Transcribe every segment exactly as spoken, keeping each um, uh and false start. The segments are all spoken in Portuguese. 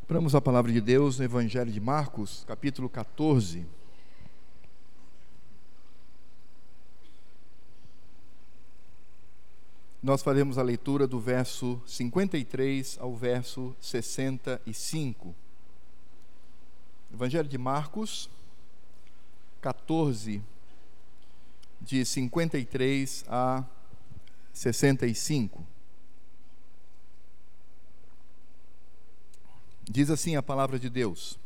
Abramos a palavra de Deus no Evangelho de Marcos, capítulo quatorze. Nós faremos a leitura do verso cinquenta e três ao verso sessenta e cinco. Evangelho de Marcos, quatorze, de cinquenta e três a sessenta e cinco. Diz assim a palavra de Deus: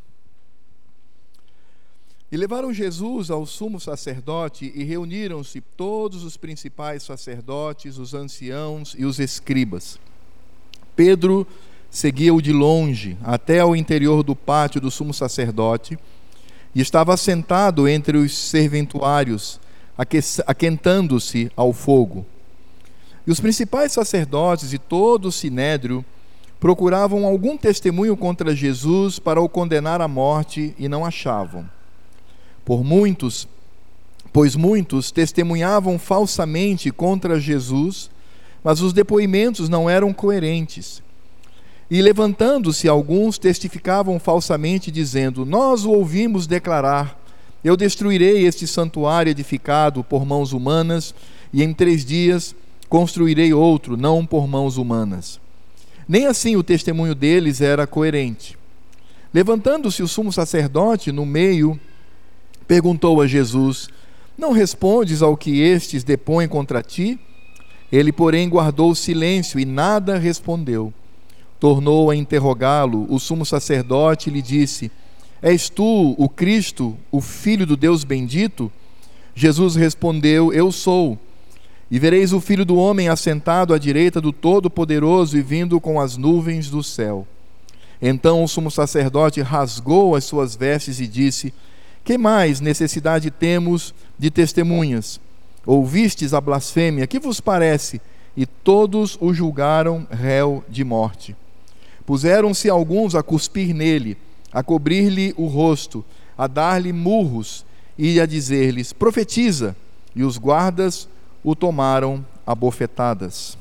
E levaram Jesus ao sumo sacerdote, e reuniram-se todos os principais sacerdotes, os anciãos e os escribas. Pedro seguia-o de longe, até ao interior do pátio do sumo sacerdote, e estava sentado entre os serventuários, aquentando-se ao fogo. E os principais sacerdotes e todo o sinédrio procuravam algum testemunho contra Jesus para o condenar à morte, e não achavam. Por muitos, pois muitos testemunhavam falsamente contra Jesus, mas os depoimentos não eram coerentes. E levantando-se alguns, testificavam falsamente, dizendo: Nós o ouvimos declarar: Eu destruirei este santuário edificado por mãos humanas, e em três dias construirei outro, não por mãos humanas. Nem assim o testemunho deles era coerente. Levantando-se o sumo sacerdote no meio, perguntou a Jesus: Não respondes ao que estes depõem contra ti? Ele, porém, guardou silêncio e nada respondeu. Tornou a interrogá-lo o sumo sacerdote e lhe disse: És tu o Cristo, o Filho do Deus bendito? Jesus respondeu: Eu sou. E vereis o Filho do Homem assentado à direita do Todo-Poderoso e vindo com as nuvens do céu. Então o sumo sacerdote rasgou as suas vestes e disse: Que mais necessidade temos de testemunhas? Ouvistes a blasfêmia, que vos parece? E todos o julgaram réu de morte. Puseram-se alguns a cuspir nele, a cobrir-lhe o rosto, a dar-lhe murros e a dizer-lhes: Profetiza! E os guardas o tomaram a bofetadas.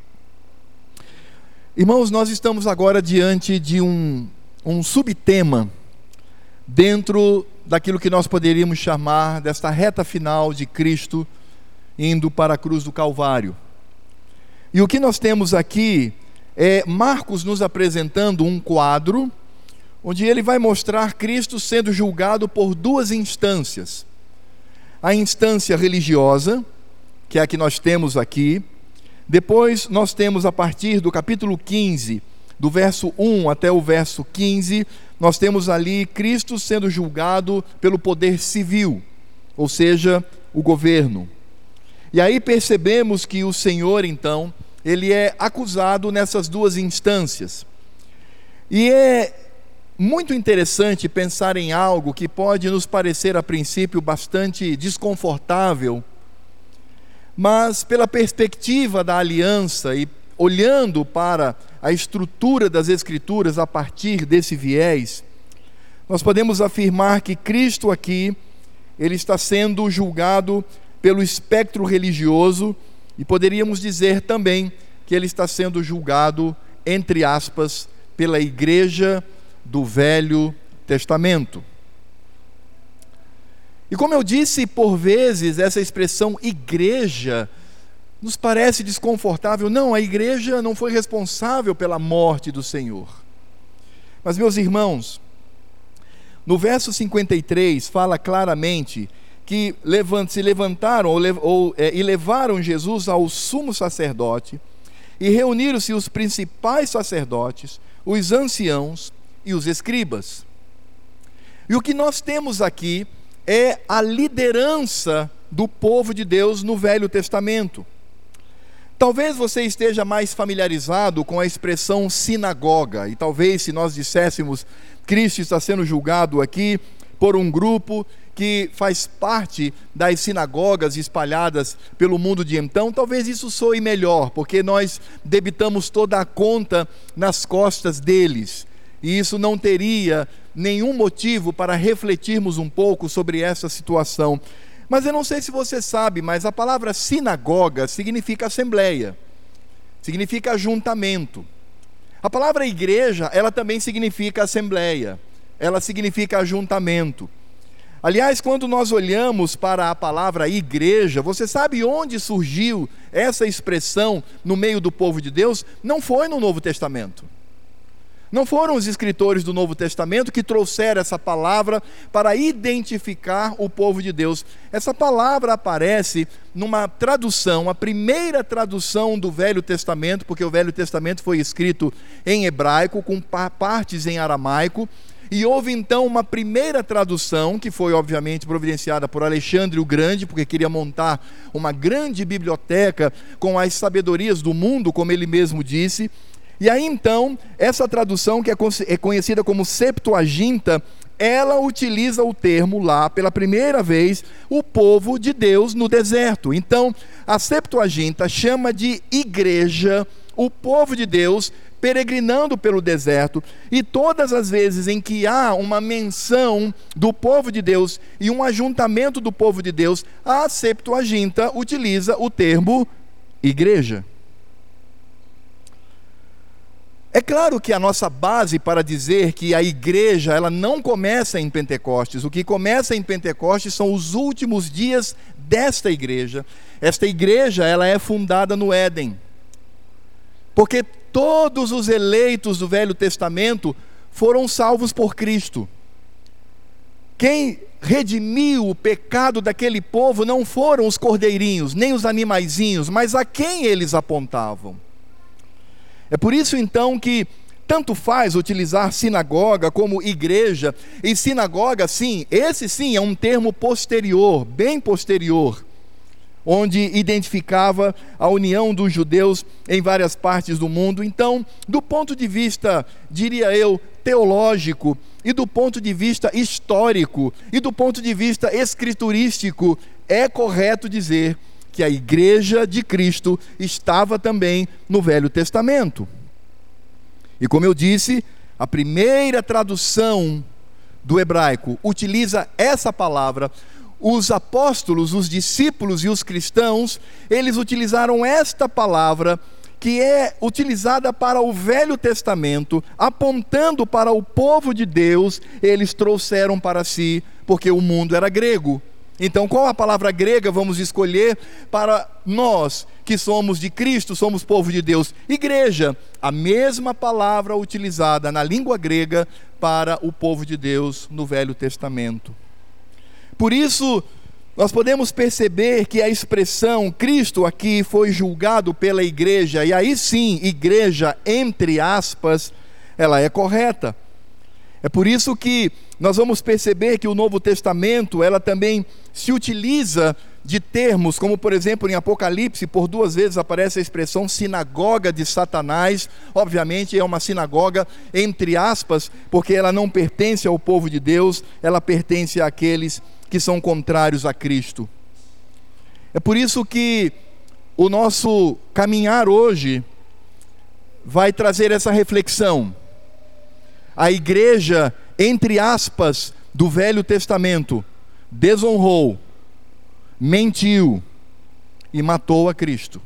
Irmãos, nós estamos agora diante de um, um subtema dentro daquilo que nós poderíamos chamar desta reta final de Cristo indo para a cruz do Calvário. E o que nós temos aqui é Marcos nos apresentando um quadro onde ele vai mostrar Cristo sendo julgado por duas instâncias. A instância religiosa, que é a que nós temos aqui. Depois nós temos, a partir do capítulo quinze, do verso um até o verso quinze, nós temos ali Cristo sendo julgado pelo poder civil, ou seja, o governo. E aí percebemos que o Senhor, então, ele é acusado nessas duas instâncias. E é muito interessante pensar em algo que pode nos parecer a princípio bastante desconfortável, mas pela perspectiva da aliança e olhando para a estrutura das Escrituras a partir desse viés, nós podemos afirmar que Cristo aqui, ele está sendo julgado pelo espectro religioso, e poderíamos dizer também que ele está sendo julgado, entre aspas, pela igreja do Velho Testamento. E como eu disse, por vezes essa expressão igreja nos parece desconfortável. Não, a igreja não foi responsável pela morte do Senhor. Mas, meus irmãos, no verso cinquenta e três fala claramente que levant, se levantaram ou, ou, é, e levaram Jesus ao sumo sacerdote, e reuniram-se os principais sacerdotes, os anciãos e os escribas. E o que nós temos aqui é a liderança do povo de Deus no Velho Testamento. Talvez você esteja mais familiarizado com a expressão sinagoga, e talvez se nós disséssemos Cristo está sendo julgado aqui por um grupo que faz parte das sinagogas espalhadas pelo mundo de então, talvez isso soe melhor, porque nós debitamos toda a conta nas costas deles, e isso não teria nenhum motivo para refletirmos um pouco sobre essa situação. Mas eu não sei se você sabe, mas a palavra sinagoga significa assembleia, significa ajuntamento. A palavra igreja, ela também significa assembleia, ela significa ajuntamento. Aliás, quando nós olhamos para a palavra igreja, você sabe onde surgiu essa expressão no meio do povo de Deus? Não foi no Novo Testamento. Não foram os escritores do Novo Testamento que trouxeram essa palavra para identificar o povo de Deus. Essa palavra aparece numa tradução, a primeira tradução do Velho Testamento, porque o Velho Testamento foi escrito em hebraico, com partes em aramaico, e houve então uma primeira tradução, que foi obviamente providenciada por Alexandre o Grande, porque queria montar uma grande biblioteca com as sabedorias do mundo, como ele mesmo disse. E aí então, essa tradução, que é conhecida como Septuaginta, ela utiliza o termo lá, pela primeira vez, o povo de Deus no deserto. Então, a Septuaginta chama de igreja o povo de Deus peregrinando pelo deserto, e todas as vezes em que há uma menção do povo de Deus e um ajuntamento do povo de Deus, a Septuaginta utiliza o termo igreja. É claro que a nossa base para dizer que a igreja ela não começa em Pentecostes. O que começa em Pentecostes são os últimos dias desta igreja. Esta igreja ela é fundada no Éden. Porque todos os eleitos do Velho Testamento foram salvos por Cristo. Quem redimiu o pecado daquele povo não foram os cordeirinhos, nem os animaizinhos, mas a quem eles apontavam. É por isso então que tanto faz utilizar sinagoga como igreja. E sinagoga, sim, esse sim é um termo posterior, bem posterior, onde identificava a união dos judeus em várias partes do mundo. Então, do ponto de vista, diria eu, teológico, e do ponto de vista histórico, e do ponto de vista escriturístico, é correto dizer que a igreja de Cristo estava também no Velho Testamento. E como eu disse, a primeira tradução do hebraico utiliza essa palavra. Os apóstolos, os discípulos e os cristãos, eles utilizaram esta palavra, que é utilizada para o Velho Testamento, apontando para o povo de Deus, eles trouxeram para si, porque o mundo era grego. Então, qual a palavra grega vamos escolher para nós que somos de Cristo, somos povo de Deus? Igreja, a mesma palavra utilizada na língua grega para o povo de Deus no Velho Testamento. Por isso, nós podemos perceber que a expressão Cristo aqui foi julgado pela igreja, e aí sim, igreja entre aspas, ela é correta. É por isso que nós vamos perceber que o Novo Testamento, ela também se utiliza de termos, como por exemplo em Apocalipse, por duas vezes aparece a expressão sinagoga de Satanás. Obviamente é uma sinagoga entre aspas, porque ela não pertence ao povo de Deus, ela pertence àqueles que são contrários a Cristo. É por isso que o nosso caminhar hoje vai trazer essa reflexão. A igreja, entre aspas, do Velho Testamento, desonrou, mentiu e matou a Cristo.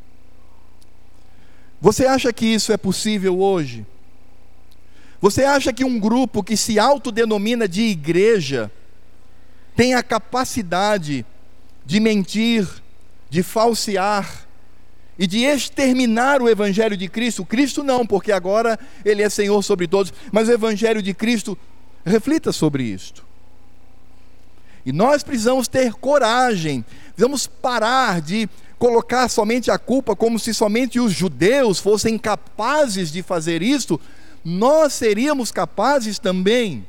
Você acha que isso é possível hoje? Você acha que um grupo que se autodenomina de igreja tem a capacidade de mentir, de falsear e de exterminar o Evangelho de Cristo? Cristo não, porque agora Ele é Senhor sobre todos, mas o Evangelho de Cristo, reflita sobre isto. E nós precisamos ter coragem, precisamos parar de colocar somente a culpa como se somente os judeus fossem capazes de fazer isto. Nós seríamos capazes também.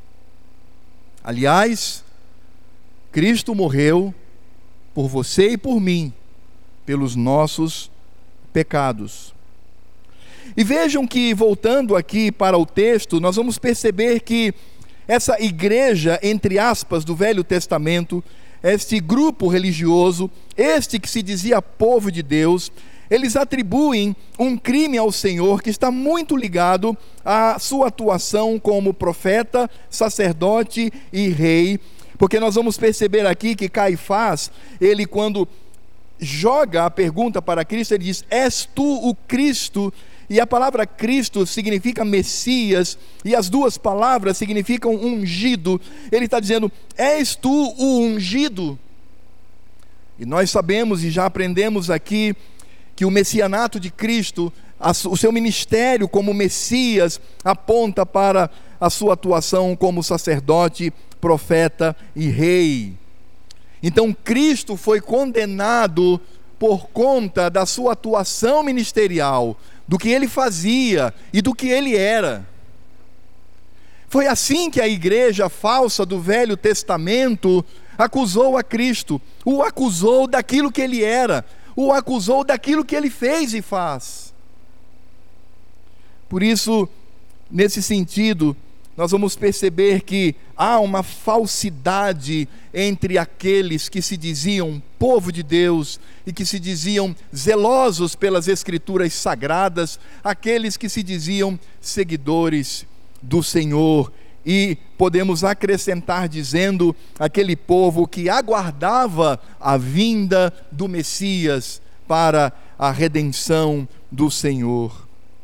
Aliás, Cristo morreu por você e por mim, pelos nossos pecados. E vejam que, voltando aqui para o texto, nós vamos perceber que essa igreja, entre aspas, do Velho Testamento, este grupo religioso, este que se dizia povo de Deus, eles atribuem um crime ao Senhor que está muito ligado à sua atuação como profeta, sacerdote e rei, porque nós vamos perceber aqui que Caifás, ele quando joga a pergunta para Cristo, ele diz: és tu o Cristo? E a palavra Cristo significa Messias, e as duas palavras significam ungido. Ele está dizendo: és tu o ungido? E nós sabemos e já aprendemos aqui que o messianato de Cristo, o seu ministério como Messias, aponta para a sua atuação como sacerdote, profeta e rei. Então Cristo foi condenado por conta da sua atuação ministerial, do que ele fazia e do que ele era. Foi assim que a igreja falsa do Velho Testamento acusou a Cristo, o acusou daquilo que ele era, o acusou daquilo que ele fez e faz. Por isso, nesse sentido, nós vamos perceber que há uma falsidade entre aqueles que se diziam povo de Deus e que se diziam zelosos pelas Escrituras sagradas, aqueles que se diziam seguidores do Senhor. E podemos acrescentar dizendo, aquele povo que aguardava a vinda do Messias para a redenção do Senhor.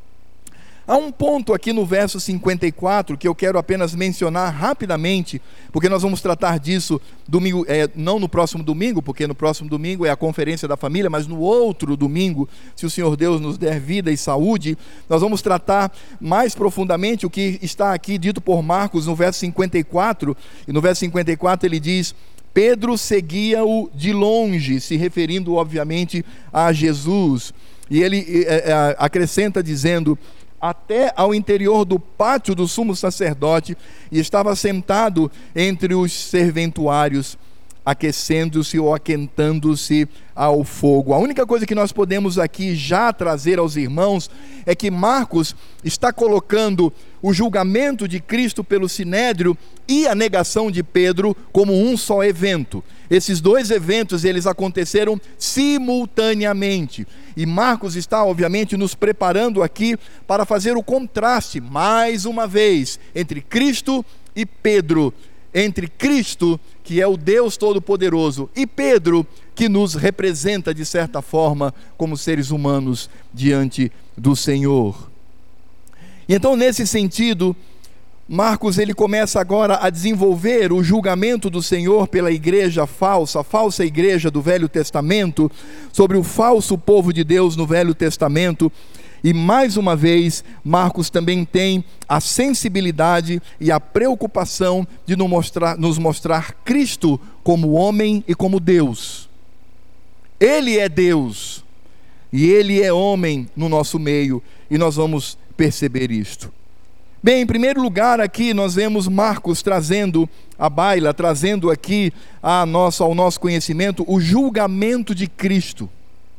Há um ponto aqui no verso cinquenta e quatro que eu quero apenas mencionar rapidamente, porque nós vamos tratar disso domingo, é, não no próximo domingo, porque no próximo domingo é a conferência da família, mas no outro domingo, se o Senhor Deus nos der vida e saúde, nós vamos tratar mais profundamente o que está aqui dito por Marcos no verso cinquenta e quatro, e no verso cinquenta e quatro ele diz: Pedro seguia-o de longe, se referindo obviamente a Jesus, e ele é, é, acrescenta dizendo: até ao interior do pátio do sumo sacerdote, e estava sentado entre os serventuários, aquecendo-se ou aquentando-se ao fogo. A única coisa que nós podemos aqui já trazer aos irmãos é que Marcos está colocando o julgamento de Cristo pelo Sinédrio e a negação de Pedro como um só evento. Esses dois eventos, eles aconteceram simultaneamente. E Marcos está, obviamente, nos preparando aqui para fazer o contraste, mais uma vez, entre Cristo e Pedro. Entre Cristo, que é o Deus Todo-Poderoso, e Pedro, que nos representa, de certa forma, como seres humanos diante do Senhor. E então, nesse sentido, Marcos ele começa agora a desenvolver o julgamento do Senhor pela igreja falsa, a falsa igreja do Velho Testamento, sobre o falso povo de Deus no Velho Testamento. E mais uma vez, Marcos também tem a sensibilidade e a preocupação de nos mostrar, nos mostrar Cristo como homem e como Deus. Ele é Deus e Ele é homem no nosso meio, e nós vamos perceber isto. Bem, em primeiro lugar aqui nós vemos Marcos trazendo à baila, trazendo aqui a nossa, ao nosso conhecimento o julgamento de Cristo.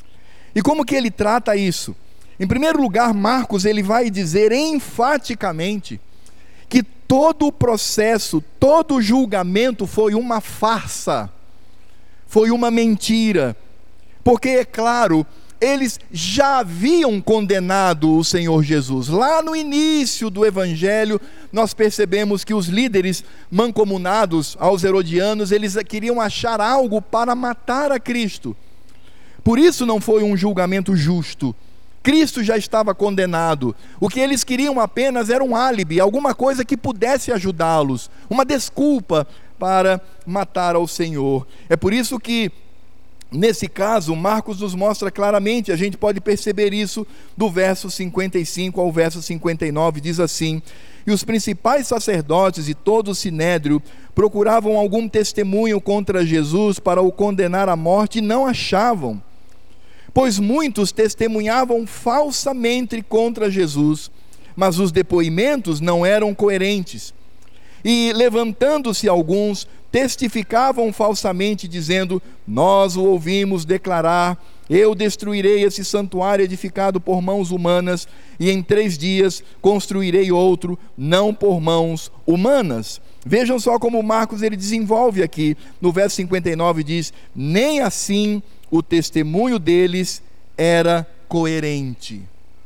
E como que ele trata isso? Em primeiro lugar, Marcos ele vai dizer enfaticamente que todo o processo, todo o julgamento foi uma farsa, foi uma mentira, porque é claro, eles já haviam condenado o Senhor Jesus. Lá no início do Evangelho, nós percebemos que os líderes mancomunados aos herodianos, eles queriam achar algo para matar a Cristo. Por isso não foi um julgamento justo. Cristo já estava condenado. O que eles queriam apenas era um álibi, alguma coisa que pudesse ajudá-los, uma desculpa para matar ao Senhor. É por isso que, nesse caso, Marcos nos mostra claramente, a gente pode perceber isso do verso cinquenta e cinco ao verso cinquenta e nove, diz assim: e os principais sacerdotes e todo o sinédrio procuravam algum testemunho contra Jesus para o condenar à morte e não achavam, pois muitos testemunhavam falsamente contra Jesus, mas os depoimentos não eram coerentes. E levantando-se alguns, testificavam falsamente, dizendo: nós o ouvimos declarar: eu destruirei esse santuário edificado por mãos humanas, e em três dias construirei outro, não por mãos humanas. Vejam só como Marcos ele desenvolve aqui, no verso cinquenta e nove diz: nem assim o testemunho deles era coerente.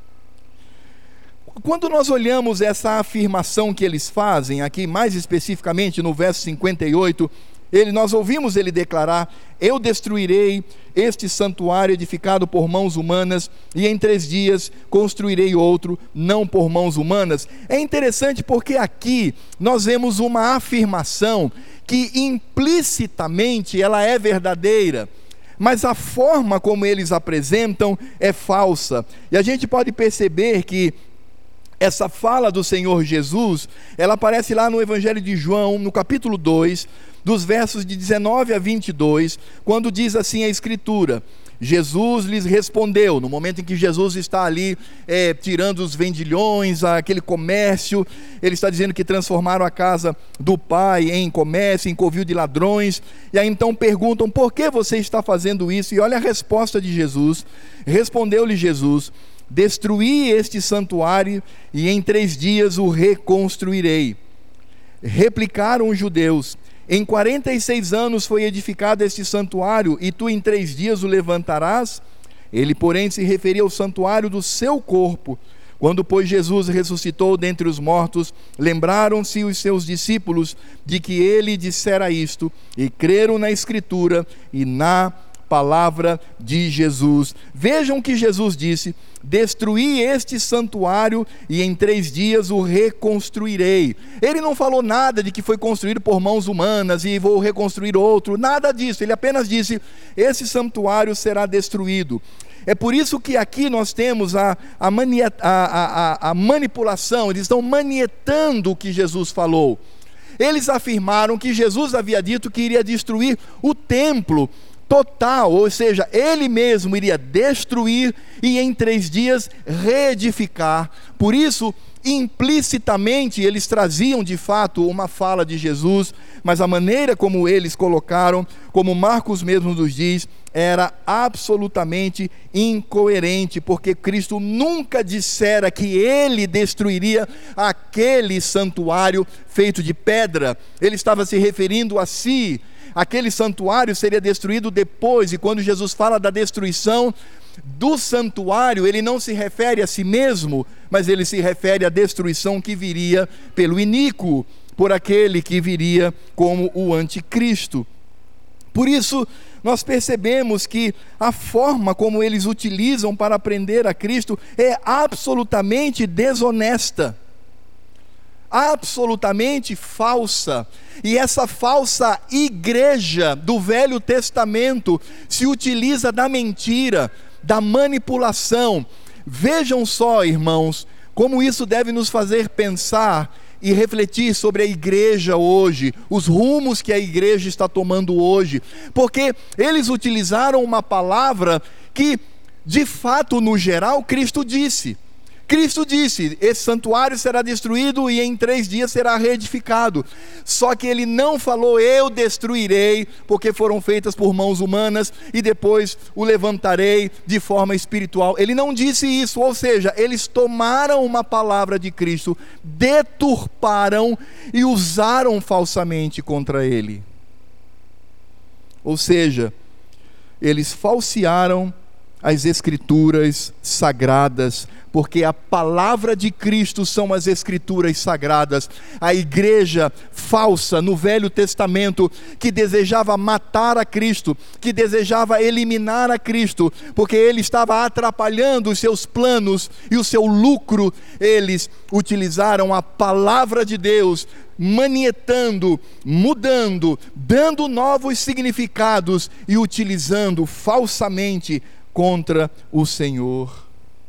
Quando nós olhamos essa afirmação que eles fazem, aqui mais especificamente no verso cinquenta e oito, Ele, nós ouvimos ele declarar: eu destruirei este santuário edificado por mãos humanas, e em três dias construirei outro, não por mãos humanas. É interessante porque aqui nós vemos uma afirmação que implicitamente ela é verdadeira, mas a forma como eles apresentam é falsa. E a gente pode perceber que essa fala do Senhor Jesus, ela aparece lá no Evangelho de João, no capítulo dois, dos versos de dezenove a vinte e dois, quando diz assim a Escritura: Jesus lhes respondeu, no momento em que Jesus está ali é, tirando os vendilhões, aquele comércio, ele está dizendo que transformaram a casa do pai em comércio, em covil de ladrões, e aí então perguntam: por que você está fazendo isso? E olha a resposta de Jesus. Respondeu-lhe Jesus: destruí este santuário e em três dias o reconstruirei. Replicaram os judeus: em quarenta e seis anos foi edificado este santuário, e tu em três dias o levantarás? Ele, porém, se referia ao santuário do seu corpo. Quando, pois, Jesus ressuscitou dentre os mortos, lembraram-se os seus discípulos de que ele dissera isto, e creram na Escritura e na palavra de Jesus. Vejam que Jesus disse: destruí este santuário e em três dias o reconstruirei. Ele não falou nada de que foi construído por mãos humanas e vou reconstruir outro, nada disso. Ele apenas disse: esse santuário será destruído. É por isso que aqui nós temos a, a, mania, a, a, a manipulação. Eles estão manietando o que Jesus falou. Eles afirmaram que Jesus havia dito que iria destruir o templo total, ou seja, ele mesmo iria destruir e em três dias reedificar. Por isso, implicitamente, eles traziam de fato uma fala de Jesus, mas a maneira como eles colocaram, como Marcos mesmo nos diz, era absolutamente incoerente, porque Cristo nunca dissera que ele destruiria aquele santuário feito de pedra. Ele estava se referindo a si. Aquele santuário seria destruído depois, e quando Jesus fala da destruição do santuário, ele não se refere a si mesmo, mas ele se refere à destruição que viria pelo iníquo, por aquele que viria como o anticristo. Por isso, nós percebemos que a forma como eles utilizam para prender a Cristo é absolutamente desonesta, absolutamente falsa. E essa falsa igreja do Velho Testamento se utiliza da mentira, da manipulação. Vejam só, irmãos, como isso deve nos fazer pensar e refletir sobre a igreja hoje, os rumos que a igreja está tomando hoje, porque eles utilizaram uma palavra que, de fato, no geral, Cristo disse. Cristo disse: esse santuário será destruído e em três dias será reedificado. Só que ele não falou: eu destruirei, porque foram feitas por mãos humanas, e depois o levantarei de forma espiritual. Ele não disse isso, ou seja, eles tomaram uma palavra de Cristo, deturparam e usaram falsamente contra ele. Ou seja, eles falsearam as Escrituras sagradas, porque a palavra de Cristo são as Escrituras sagradas. A igreja falsa no Velho Testamento, que desejava matar a Cristo, que desejava eliminar a Cristo, porque ele estava atrapalhando os seus planos e o seu lucro, eles utilizaram a palavra de Deus, manietando, mudando, dando novos significados e utilizando falsamente contra o Senhor.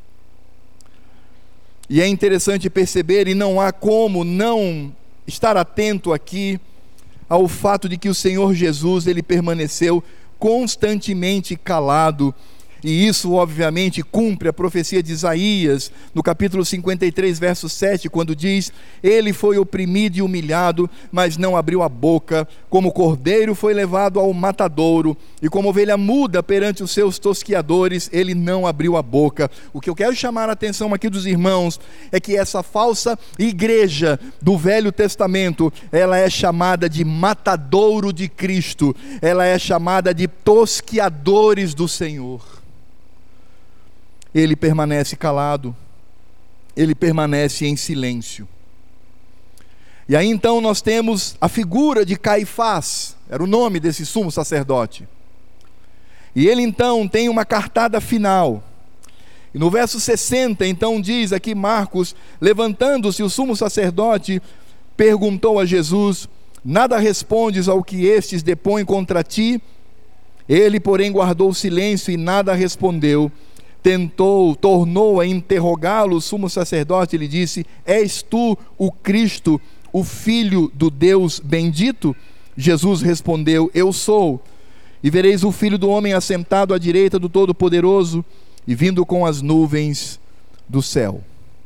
E é interessante perceber, e não há como não estar atento aqui ao fato de que o Senhor Jesus, ele permaneceu constantemente calado. E isso obviamente cumpre a profecia de Isaías, no capítulo cinquenta e três, verso sete, quando diz: ele foi oprimido e humilhado, mas não abriu a boca, como cordeiro foi levado ao matadouro, e como ovelha muda perante os seus tosquiadores, ele não abriu a boca. O que eu quero chamar a atenção aqui dos irmãos, é que essa falsa igreja do Velho Testamento, ela é chamada de matadouro de Cristo, ela é chamada de tosquiadores do Senhor. Ele permanece calado, ele permanece em silêncio. E aí então nós temos a figura de Caifás, era o nome desse sumo sacerdote. E ele então tem uma cartada final. E no verso sessenta, então diz aqui Marcos: levantando-se o sumo sacerdote, perguntou a Jesus: nada respondes ao que estes depõem contra ti? Ele, porém, guardou silêncio e nada respondeu. Tentou, tornou a interrogá-lo o sumo sacerdote e lhe disse: és tu o Cristo, o Filho do Deus bendito? Jesus respondeu: eu sou. E vereis o Filho do Homem assentado à direita do Todo-Poderoso e vindo com as nuvens do céu.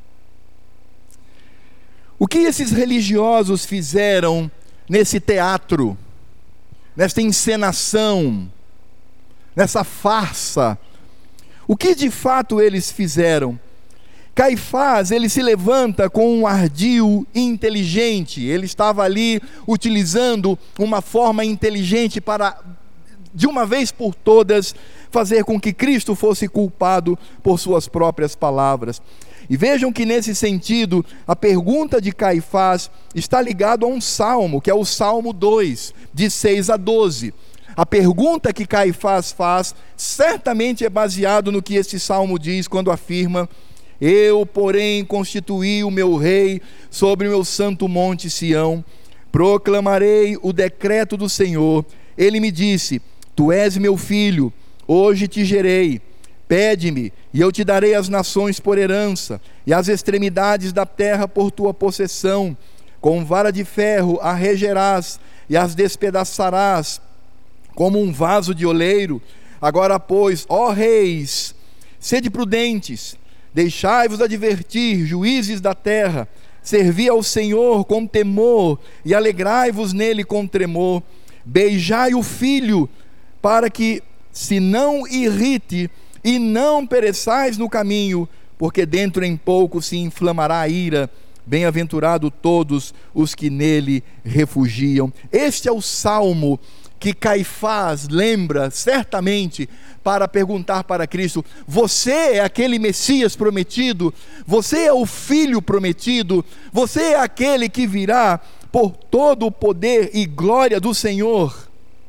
O que esses religiosos fizeram nesse teatro, nesta encenação, nessa farsa? O que de fato eles fizeram? Caifás, ele se levanta com um ardil inteligente. Ele estava ali utilizando uma forma inteligente para, de uma vez por todas, fazer com que Cristo fosse culpado por suas próprias palavras. E vejam que nesse sentido, a pergunta de Caifás está ligada a um salmo, que é o Salmo dois, de seis a doze. A pergunta que Caifás faz certamente é baseado no que este salmo diz quando afirma: eu, porém, constituí o meu rei sobre o meu santo monte Sião, proclamarei o decreto do Senhor. Ele me disse: tu és meu filho, hoje te gerei. Pede-me, e eu te darei as nações por herança, e as extremidades da terra por tua possessão. Com vara de ferro a regerás, e as despedaçarás, como um vaso de oleiro. Agora, pois, ó reis, sede prudentes, deixai-vos advertir, juízes da terra, servi ao Senhor com temor, e alegrai-vos nele com tremor. Beijai o filho, para que se não irrite, e não pereçais no caminho, porque dentro em pouco se inflamará a ira. Bem-aventurado todos os que nele refugiam. Este é o salmo que Caifás lembra certamente para perguntar para Cristo: você é aquele Messias prometido? Você é o Filho prometido? Você é aquele que virá por todo o poder e glória do Senhor?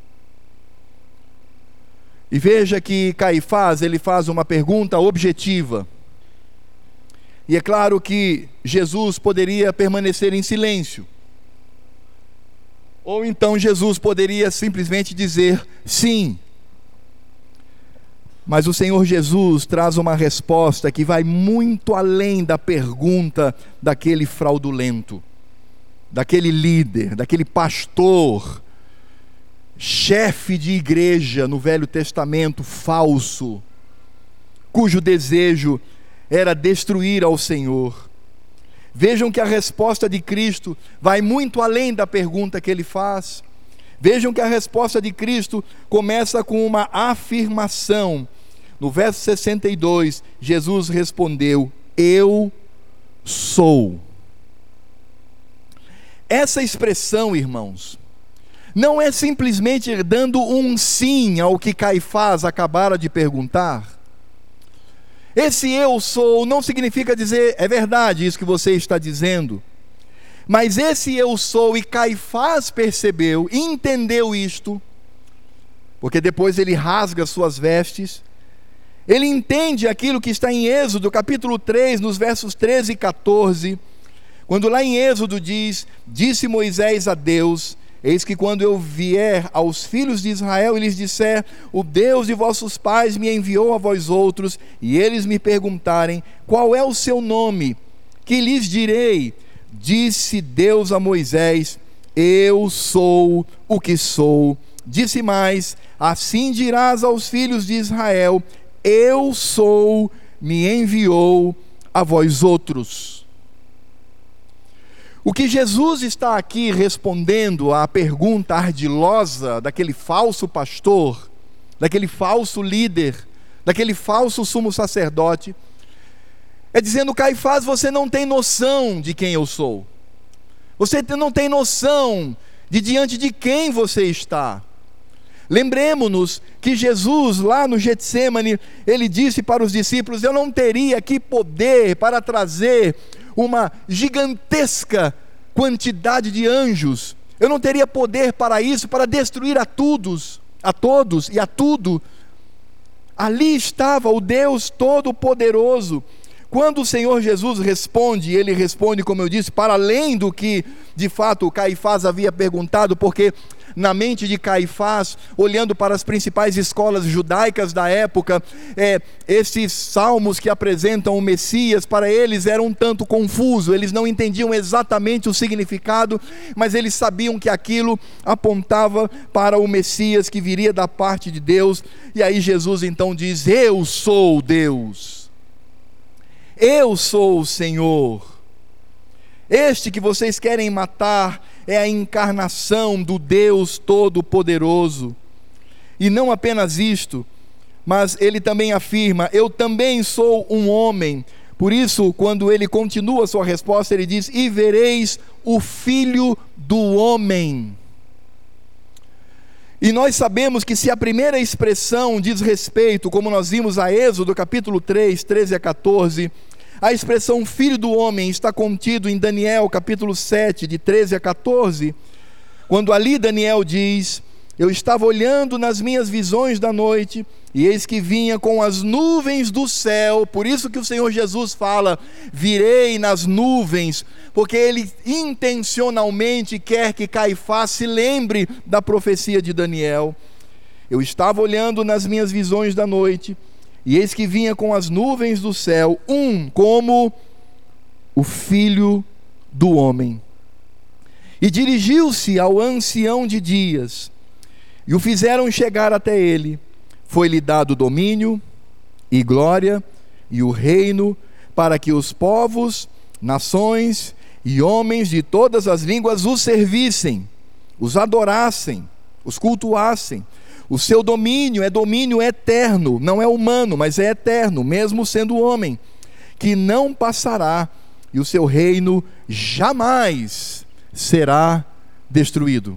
E veja que Caifás, ele faz uma pergunta objetiva. E é claro que Jesus poderia permanecer em silêncio. Ou então Jesus poderia simplesmente dizer sim. Mas o Senhor Jesus traz uma resposta que vai muito além da pergunta daquele fraudulento, daquele líder, daquele pastor, chefe de igreja no Velho Testamento falso, cujo desejo era destruir ao Senhor. Vejam que a resposta de Cristo vai muito além da pergunta que ele faz. Vejam que a resposta de Cristo começa com uma afirmação. No verso sessenta e dois, Jesus respondeu: eu sou. Essa expressão, irmãos, não é simplesmente dando um sim ao que Caifás acabara de perguntar. Esse eu sou não significa dizer, é verdade isso que você está dizendo, mas esse eu sou, e Caifás percebeu, entendeu isto, porque depois ele rasga suas vestes, ele entende aquilo que está em Êxodo capítulo três, nos versos treze e catorze, quando lá em Êxodo diz: disse Moisés a Deus: eis que quando eu vier aos filhos de Israel e lhes disser: o Deus de vossos pais me enviou a vós outros, e eles me perguntarem: qual é o seu nome? Que lhes direi? Disse Deus a Moisés: eu sou o que sou. Disse mais: assim dirás aos filhos de Israel: eu sou, me enviou a vós outros. O que Jesus está aqui respondendo à pergunta ardilosa daquele falso pastor, daquele falso líder, daquele falso sumo sacerdote, é dizendo: Caifás, você não tem noção de quem eu sou. Você não tem noção de diante de quem você está. Lembremos-nos que Jesus, lá no Getsêmani, ele disse para os discípulos: eu não teria aqui poder para trazer uma gigantesca quantidade de anjos, eu não teria poder para isso, para destruir a todos, a todos e a tudo. Ali estava o Deus Todo-Poderoso. Quando o Senhor Jesus responde, ele responde, como eu disse, para além do que de fato Caifás havia perguntado, porque na mente de Caifás, olhando para as principais escolas judaicas da época, é, esses salmos que apresentam o Messias, para eles era um tanto confuso, eles não entendiam exatamente o significado, mas eles sabiam que aquilo apontava para o Messias que viria da parte de Deus. E aí Jesus então diz: eu sou Deus, eu sou o Senhor. Este que vocês querem matar é a encarnação do Deus Todo-Poderoso. E não apenas isto, mas ele também afirma: eu também sou um homem. Por isso, quando ele continua a sua resposta, ele diz: e vereis o Filho do Homem. E nós sabemos que se a primeira expressão diz respeito, como nós vimos a Êxodo capítulo três, treze a quatorze, a expressão Filho do Homem está contido em Daniel capítulo sete, de treze a quatorze, quando ali Daniel diz: eu estava olhando nas minhas visões da noite, e eis que vinha com as nuvens do céu. Por isso que o Senhor Jesus fala: virei nas nuvens, porque ele intencionalmente quer que Caifás se lembre da profecia de Daniel. Eu estava olhando nas minhas visões da noite, e eis que vinha com as nuvens do céu, um como o Filho do Homem. E dirigiu-se ao ancião de dias, e o fizeram chegar até ele. Foi-lhe dado domínio, e glória, e o reino, para que os povos, nações e homens de todas as línguas os servissem, os adorassem, os cultuassem. O seu domínio é domínio eterno, não é humano, mas é eterno, mesmo sendo homem, que não passará, e o seu reino jamais será destruído.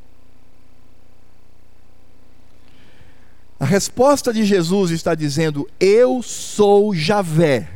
A resposta de Jesus está dizendo: eu sou Javé,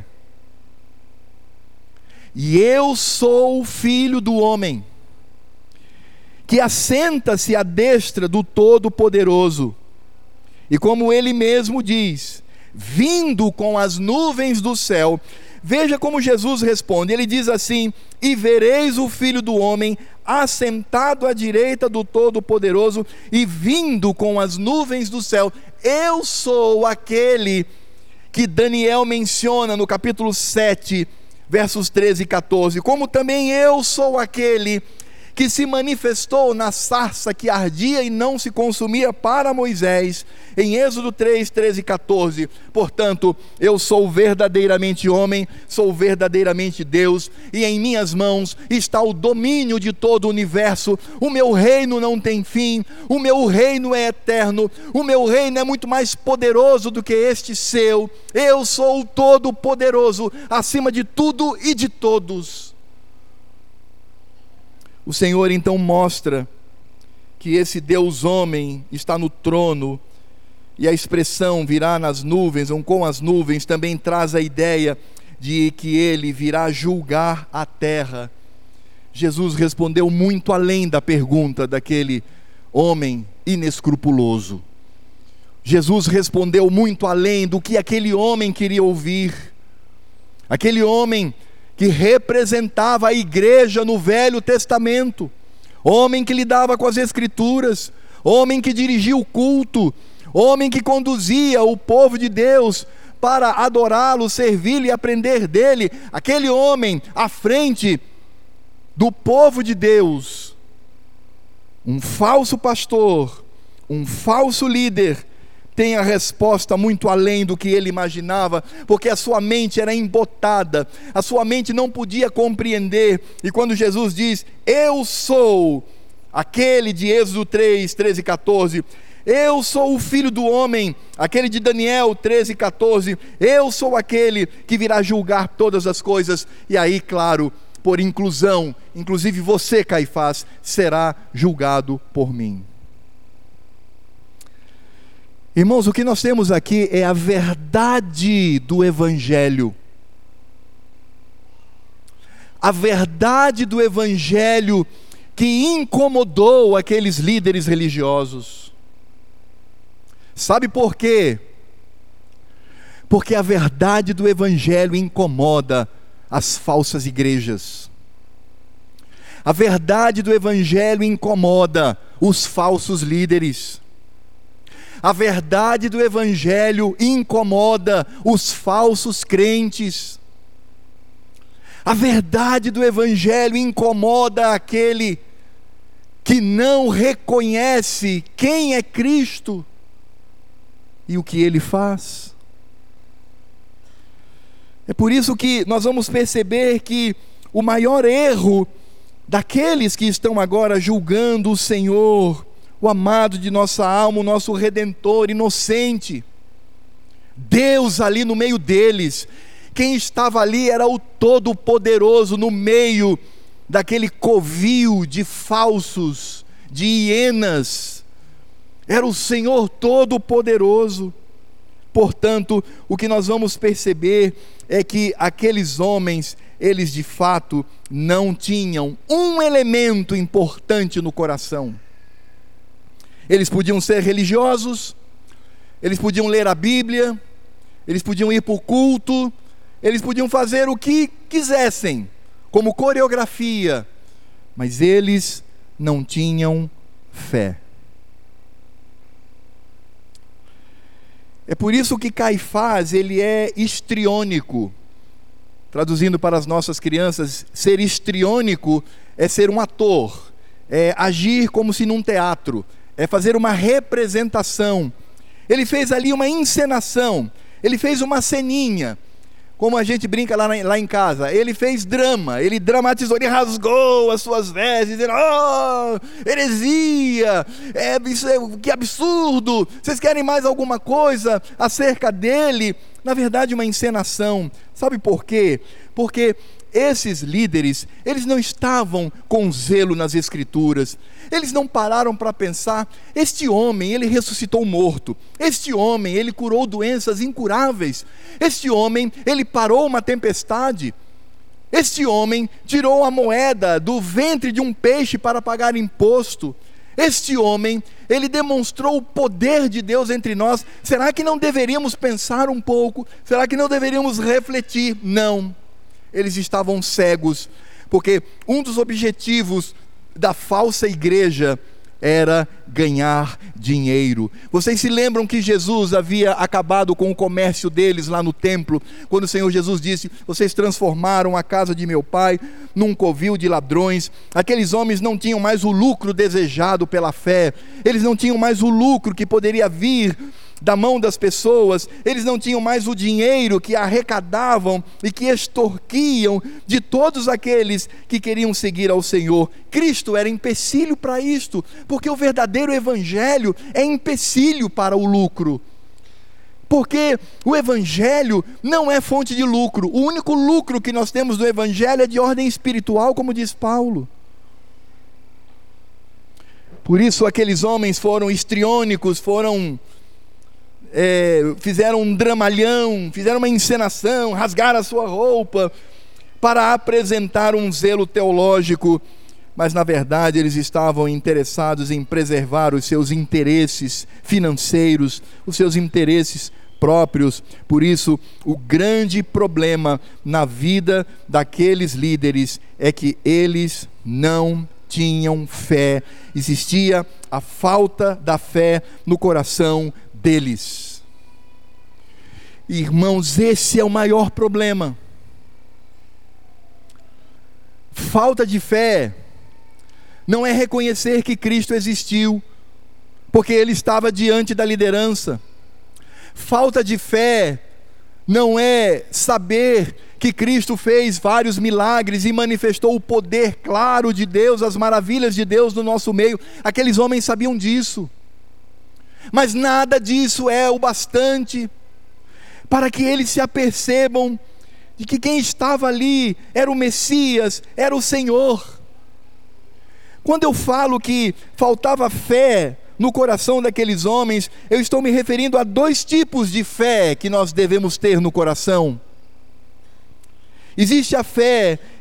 e eu sou o Filho do Homem, que assenta-se à destra do Todo-Poderoso. E como ele mesmo diz, vindo com as nuvens do céu. Veja como Jesus responde, ele diz assim: e vereis o Filho do Homem assentado à direita do Todo-Poderoso e vindo com as nuvens do céu. Eu sou aquele que Daniel menciona no capítulo sete, versos treze e quatorze, como também eu sou aquele que se manifestou na sarça que ardia e não se consumia para Moisés, em Êxodo três, treze e quatorze. Portanto, eu sou verdadeiramente homem, sou verdadeiramente Deus, e em minhas mãos está o domínio de todo o universo. O meu reino não tem fim, o meu reino é eterno, o meu reino é muito mais poderoso do que este seu. Eu sou o Todo-Poderoso, acima de tudo e de todos. O Senhor então mostra que esse Deus homem está no trono, e a expressão virá nas nuvens, ou com as nuvens, também traz a ideia de que ele virá julgar a terra. Jesus respondeu muito além da pergunta daquele homem inescrupuloso. Jesus respondeu muito além do que aquele homem queria ouvir. Aquele homem que representava a igreja no Velho Testamento, homem que lidava com as Escrituras, homem que dirigia o culto, homem que conduzia o povo de Deus para adorá-lo, servi-lo e aprender dele. Aquele homem à frente do povo de Deus, um falso pastor, um falso líder, tem a resposta muito além do que ele imaginava, porque a sua mente era embotada, a sua mente não podia compreender. E quando Jesus diz: eu sou aquele de Êxodo três, treze e quatorze, eu sou o Filho do Homem, aquele de Daniel treze e quatorze, eu sou aquele que virá julgar todas as coisas. E aí, claro, por inclusão, inclusive você, Caifás, será julgado por mim. Irmãos, o que nós temos aqui é a verdade do Evangelho. a verdade do Evangelho que incomodou aqueles líderes religiosos. Sabe por quê? Porque a verdade do Evangelho incomoda as falsas igrejas. A verdade do Evangelho incomoda os falsos líderes. A verdade do Evangelho incomoda os falsos crentes. A verdade do Evangelho incomoda aquele que não reconhece quem é Cristo e o que Ele faz. É por isso que nós vamos perceber que o maior erro daqueles que estão agora julgando o Senhor, o amado de nossa alma, o nosso Redentor inocente, Deus ali no meio deles, quem estava ali era o Todo-Poderoso no meio daquele covil de falsos, de hienas, era o Senhor Todo-Poderoso. Portanto, o que nós vamos perceber é que aqueles homens, eles de fato não tinham um elemento importante no coração. Eles podiam ser religiosos, eles podiam ler a Bíblia, eles podiam ir para o culto, eles podiam fazer o que quisessem, como coreografia, mas eles não tinham fé. É por isso que Caifás, ele é histriônico. Traduzindo para as nossas crianças, ser histriônico é ser um ator, é agir como se num teatro, é fazer uma representação. Ele fez ali uma encenação, ele fez uma ceninha, como a gente brinca lá, na, lá em casa. Ele fez drama, ele dramatizou, ele rasgou as suas vestes, dizendo: oh, heresia, é, isso é, que absurdo, vocês querem mais alguma coisa acerca dele? Na verdade, uma encenação. Sabe por quê? Porque esses líderes, eles não estavam com zelo nas Escrituras, eles não pararam para pensar: este homem, ele ressuscitou morto, este homem, ele curou doenças incuráveis, este homem, ele parou uma tempestade, este homem tirou a moeda do ventre de um peixe para pagar imposto, este homem, ele demonstrou o poder de Deus entre nós. Será que não deveríamos pensar um pouco? Será que não deveríamos refletir? Não. Eles estavam cegos, porque um dos objetivos da falsa igreja era ganhar dinheiro. Vocês se lembram que Jesus havia acabado com o comércio deles lá no templo, quando o Senhor Jesus disse: vocês transformaram a casa de meu pai num covil de ladrões. Aqueles homens não tinham mais o lucro desejado pela fé, eles não tinham mais o lucro que poderia vir da mão das pessoas, eles não tinham mais o dinheiro que arrecadavam e que extorquiam de todos aqueles que queriam seguir ao Senhor. Cristo era empecilho para isto, porque o verdadeiro evangelho é empecilho para o lucro, porque o evangelho não é fonte de lucro. O único lucro que nós temos no evangelho é de ordem espiritual, como diz Paulo. Por isso aqueles homens foram histriônicos, foram É, fizeram um dramalhão, fizeram uma encenação, rasgaram a sua roupa para apresentar um zelo teológico, mas na verdade eles estavam interessados em preservar os seus interesses financeiros, os seus interesses próprios. Por isso, o grande problema na vida daqueles líderes é que eles não tinham fé. Existia a falta da fé no coração deles. Irmãos, esse é o maior problema. Falta de fé não é reconhecer que Cristo existiu, porque Ele estava diante da liderança. Falta de fé não é saber que Cristo fez vários milagres e manifestou o poder claro de Deus, as maravilhas de Deus no nosso meio. Aqueles homens sabiam disso, mas nada disso é o bastante para que eles se apercebam de que quem estava ali era o Messias, era o Senhor. Quando eu falo que faltava fé no coração daqueles homens, eu estou me referindo a dois tipos de fé que nós devemos ter no coração. Existe a fé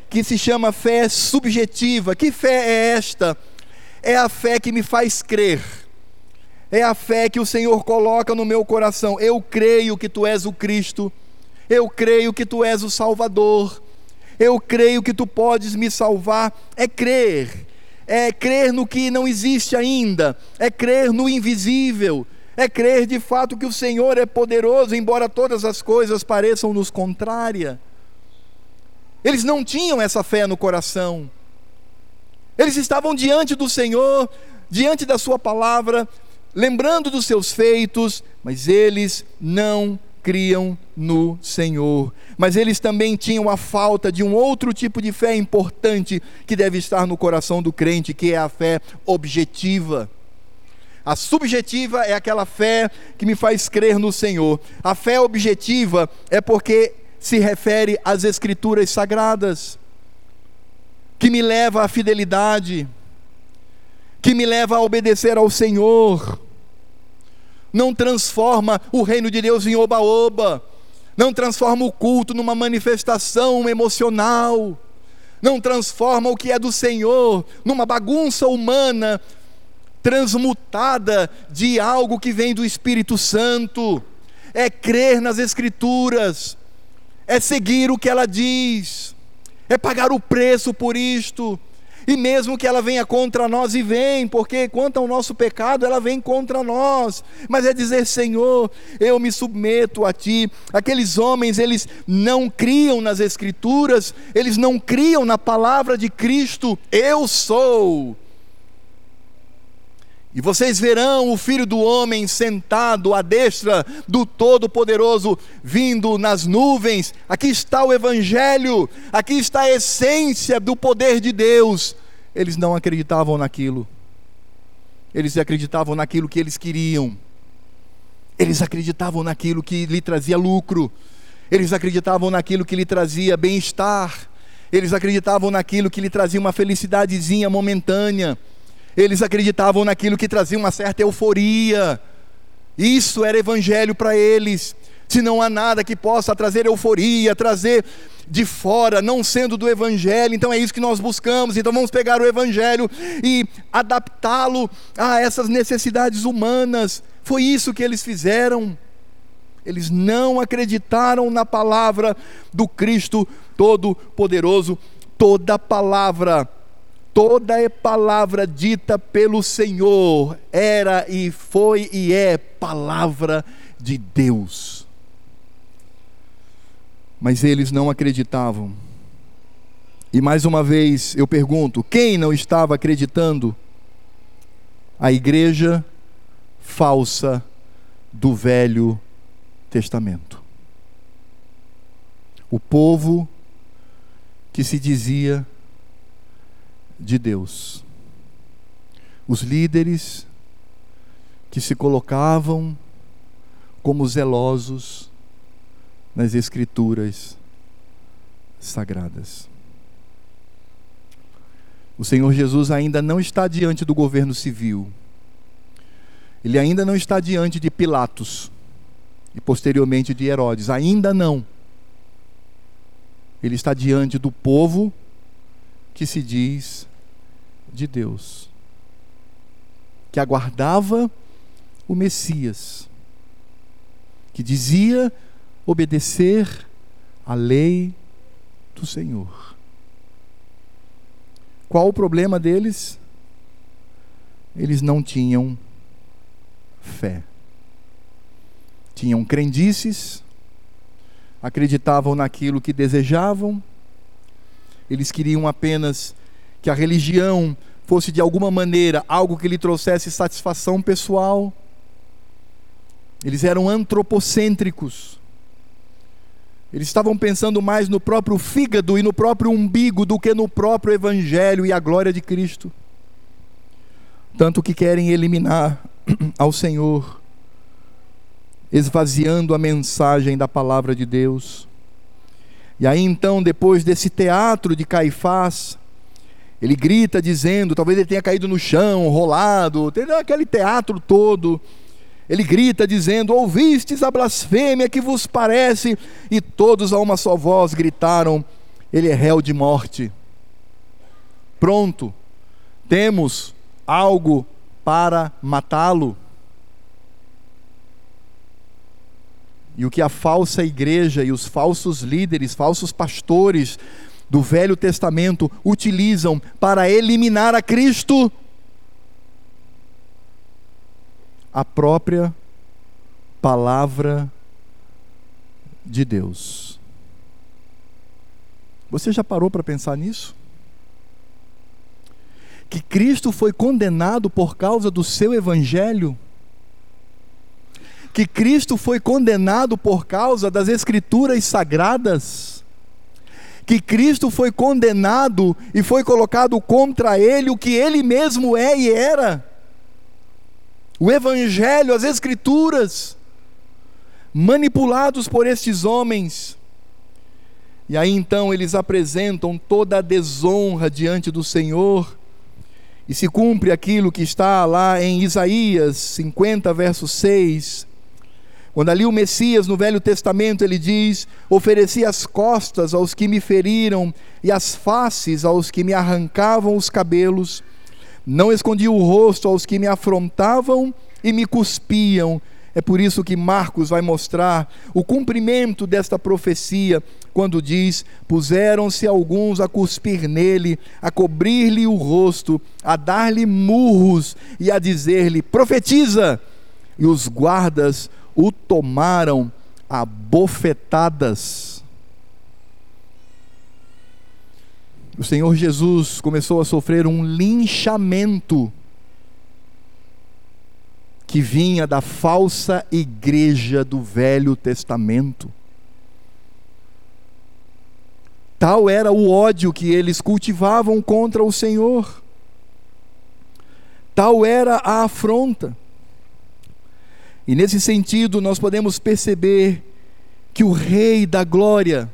que se chama fé subjetiva. Que fé é esta? É a fé que me faz crer. É a fé que o Senhor coloca no meu coração. Eu creio que Tu és o Cristo. Eu creio que Tu és o Salvador. Eu creio que Tu podes me salvar. É crer. É crer no que não existe ainda. É crer no invisível. É crer de fato que o Senhor é poderoso, embora todas as coisas pareçam-nos contrárias. Eles não tinham essa fé no coração. Eles estavam diante do Senhor, diante da sua palavra, lembrando dos seus feitos, mas eles não criam no Senhor. Mas eles também tinham a falta de um outro tipo de fé importante que deve estar no coração do crente, que é a fé objetiva. A subjetiva é aquela fé que me faz crer no Senhor. A fé objetiva é porque se refere às Escrituras Sagradas, que me leva à fidelidade, que me leva a obedecer ao Senhor. Não transforma o reino de Deus em oba-oba, não transforma o culto numa manifestação emocional, não transforma o que é do Senhor numa bagunça humana, transmutada de algo que vem do Espírito Santo. É crer nas Escrituras, é seguir o que ela diz, é pagar o preço por isto. E mesmo que ela venha contra nós, e vem, porque quanto ao nosso pecado, ela vem contra nós, mas é dizer: Senhor, eu me submeto a Ti. Aqueles homens, eles não criam nas Escrituras, eles não criam na palavra de Cristo. Eu sou. E vocês verão o Filho do Homem sentado à destra do Todo-Poderoso, vindo nas nuvens. Aqui está o Evangelho, aqui está a essência do poder de Deus. Eles não acreditavam naquilo. Eles acreditavam naquilo que eles queriam. Eles acreditavam naquilo que lhe trazia lucro. Eles acreditavam naquilo que lhe trazia bem-estar. Eles acreditavam naquilo que lhe trazia uma felicidadezinha momentânea. Eles acreditavam naquilo que trazia uma certa euforia. Isso era evangelho para eles. Se não há nada que possa trazer euforia, trazer de fora, não sendo do evangelho, então é isso que nós buscamos. Então vamos pegar o evangelho e adaptá-lo a essas necessidades humanas. Foi isso que eles fizeram. Eles não acreditaram na palavra do Cristo Todo-Poderoso. Toda palavra Toda palavra dita pelo Senhor era e foi e é palavra de Deus. Mas eles não acreditavam. E mais uma vez eu pergunto: quem não estava acreditando? A igreja falsa do Velho Testamento. O povo que se dizia de Deus. Os líderes que se colocavam como zelosos nas Escrituras Sagradas. O Senhor Jesus ainda não está diante do governo civil. Ele ainda não está diante de Pilatos e posteriormente de Herodes. Ainda não. Ele está diante do povo que se diz de Deus, que aguardava o Messias, que dizia obedecer à lei do Senhor. Qual o problema deles? Eles não tinham fé. Tinham crendices, acreditavam naquilo que desejavam. Eles queriam apenas que a religião fosse de alguma maneira algo que lhe trouxesse satisfação pessoal. Eles eram antropocêntricos. Eles estavam pensando mais no próprio fígado e no próprio umbigo do que no próprio evangelho e a glória de Cristo. Tanto que querem eliminar ao Senhor, esvaziando a mensagem da palavra de Deus. E aí então, depois desse teatro de Caifás, ele grita dizendo, talvez ele tenha caído no chão, rolado, tem aquele teatro todo. Ele grita dizendo: ouvistes a blasfêmia que vos parece? E todos a uma só voz gritaram: ele é réu de morte. Pronto, temos algo para matá-lo. E o que a falsa igreja e os falsos líderes, falsos pastores do Velho Testamento utilizam para eliminar a Cristo? A própria palavra de Deus. Você já parou para pensar nisso? Que Cristo foi condenado por causa do seu evangelho? Que Cristo foi condenado por causa das Escrituras sagradas? Que Cristo foi condenado e foi colocado contra ele o que ele mesmo é e era? O evangelho, as Escrituras, manipulados por estes homens. E aí então eles apresentam toda a desonra diante do Senhor, e se cumpre aquilo que está lá em Isaías cinquenta, verso seis, quando ali o Messias no Velho Testamento ele diz: ofereci as costas aos que me feriram e as faces aos que me arrancavam os cabelos, não escondi o rosto aos que me afrontavam e me cuspiam. É por isso que Marcos vai mostrar o cumprimento desta profecia, quando diz: puseram-se alguns a cuspir nele, a cobrir-lhe o rosto, a dar-lhe murros e a dizer-lhe: profetiza! E os guardas o tomaram a bofetadas. O Senhor Jesus começou a sofrer um linchamento que vinha da falsa igreja do Velho Testamento. Tal era o ódio que eles cultivavam contra o Senhor. Tal era a afronta. E nesse sentido nós podemos perceber que o Rei da Glória,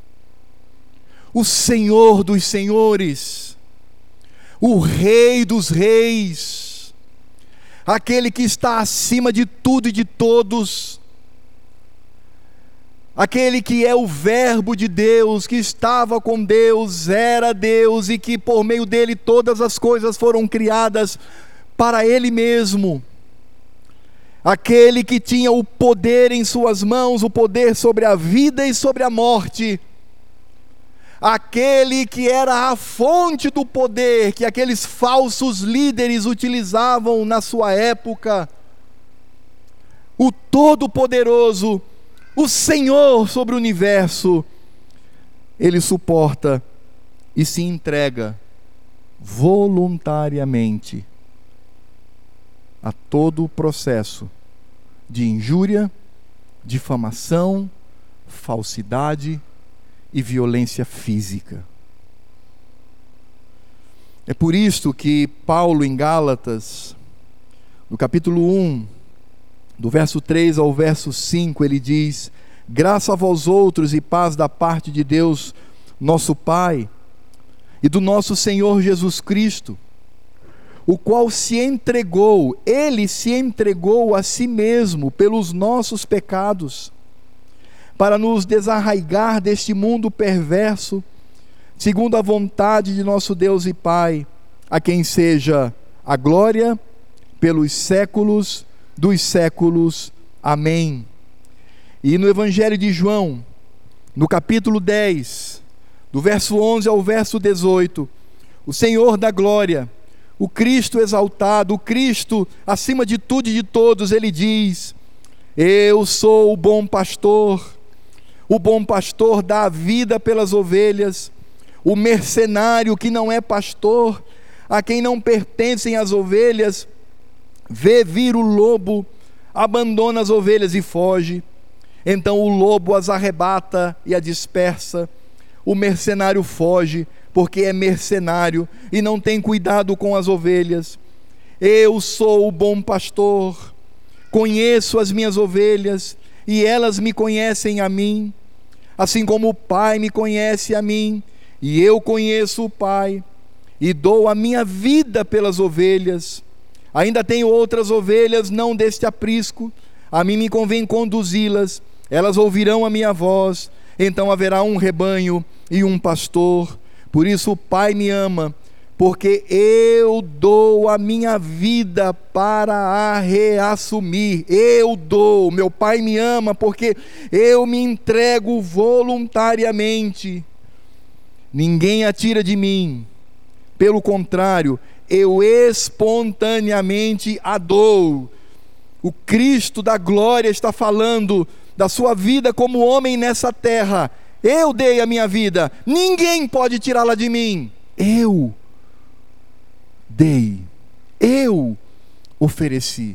o Senhor dos Senhores, o Rei dos Reis, aquele que está acima de tudo e de todos, aquele que é o Verbo de Deus, que estava com Deus, era Deus, e que por meio dele todas as coisas foram criadas para ele mesmo, aquele que tinha o poder em suas mãos, o poder sobre a vida e sobre a morte, aquele que era a fonte do poder que aqueles falsos líderes utilizavam na sua época, o Todo-Poderoso, o Senhor sobre o universo, ele suporta e se entrega voluntariamente a todo o processo de injúria, difamação, falsidade e violência física. É por isto que Paulo em Gálatas, no capítulo um, do verso três ao verso cinco, ele diz: graça a vós outros e paz da parte de Deus, nosso Pai, e do nosso Senhor Jesus Cristo, o qual se entregou, ele se entregou a si mesmo pelos nossos pecados, para nos desarraigar deste mundo perverso, segundo a vontade de nosso Deus e Pai, a quem seja a glória pelos séculos dos séculos. Amém. E no Evangelho de João, no capítulo dez, do verso onze ao verso dezoito, o Senhor da glória, o Cristo exaltado, o Cristo acima de tudo e de todos, ele diz: eu sou o bom pastor, o bom pastor dá a vida pelas ovelhas. O mercenário que não é pastor, a quem não pertencem as ovelhas, vê vir o lobo, abandona as ovelhas e foge. Então o lobo as arrebata e a dispersa. O mercenário foge, porque é mercenário e não tem cuidado com as ovelhas. Eu sou o bom pastor, conheço as minhas ovelhas e elas me conhecem a mim, assim como o Pai me conhece a mim, e eu conheço o Pai, e dou a minha vida pelas ovelhas. Ainda tenho outras ovelhas, não deste aprisco, a mim me convém conduzi-las, elas ouvirão a minha voz, então haverá um rebanho e um pastor. Por isso o Pai me ama, porque eu dou a minha vida para a reassumir. Eu dou. Meu Pai me ama porque eu me entrego voluntariamente. Ninguém a tira de mim. Pelo contrário, eu espontaneamente a dou. O Cristo da glória está falando da sua vida como homem nessa terra. Eu dei a minha vida, ninguém pode tirá-la de mim. Eu dei, eu ofereci.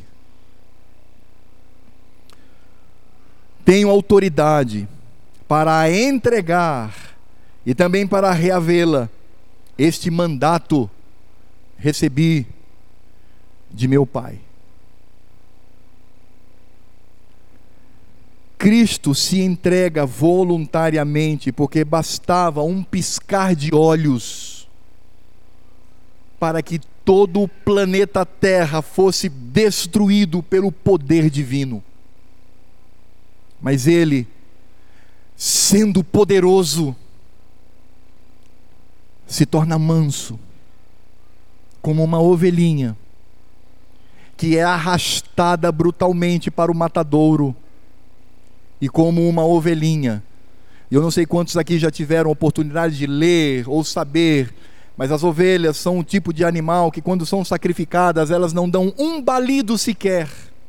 Tenho autoridade para entregar e também para reavê-la. Este mandato recebi de meu Pai. Cristo se entrega voluntariamente, porque bastava um piscar de olhos para que todo o planeta Terra fosse destruído pelo poder divino. Mas Ele, sendo poderoso, se torna manso, como uma ovelhinha que é arrastada brutalmente para o matadouro. E como uma ovelhinha, eu não sei quantos aqui já tiveram oportunidade de ler ou saber, mas as ovelhas são um tipo de animal que quando são sacrificadas, elas não dão um balido sequer.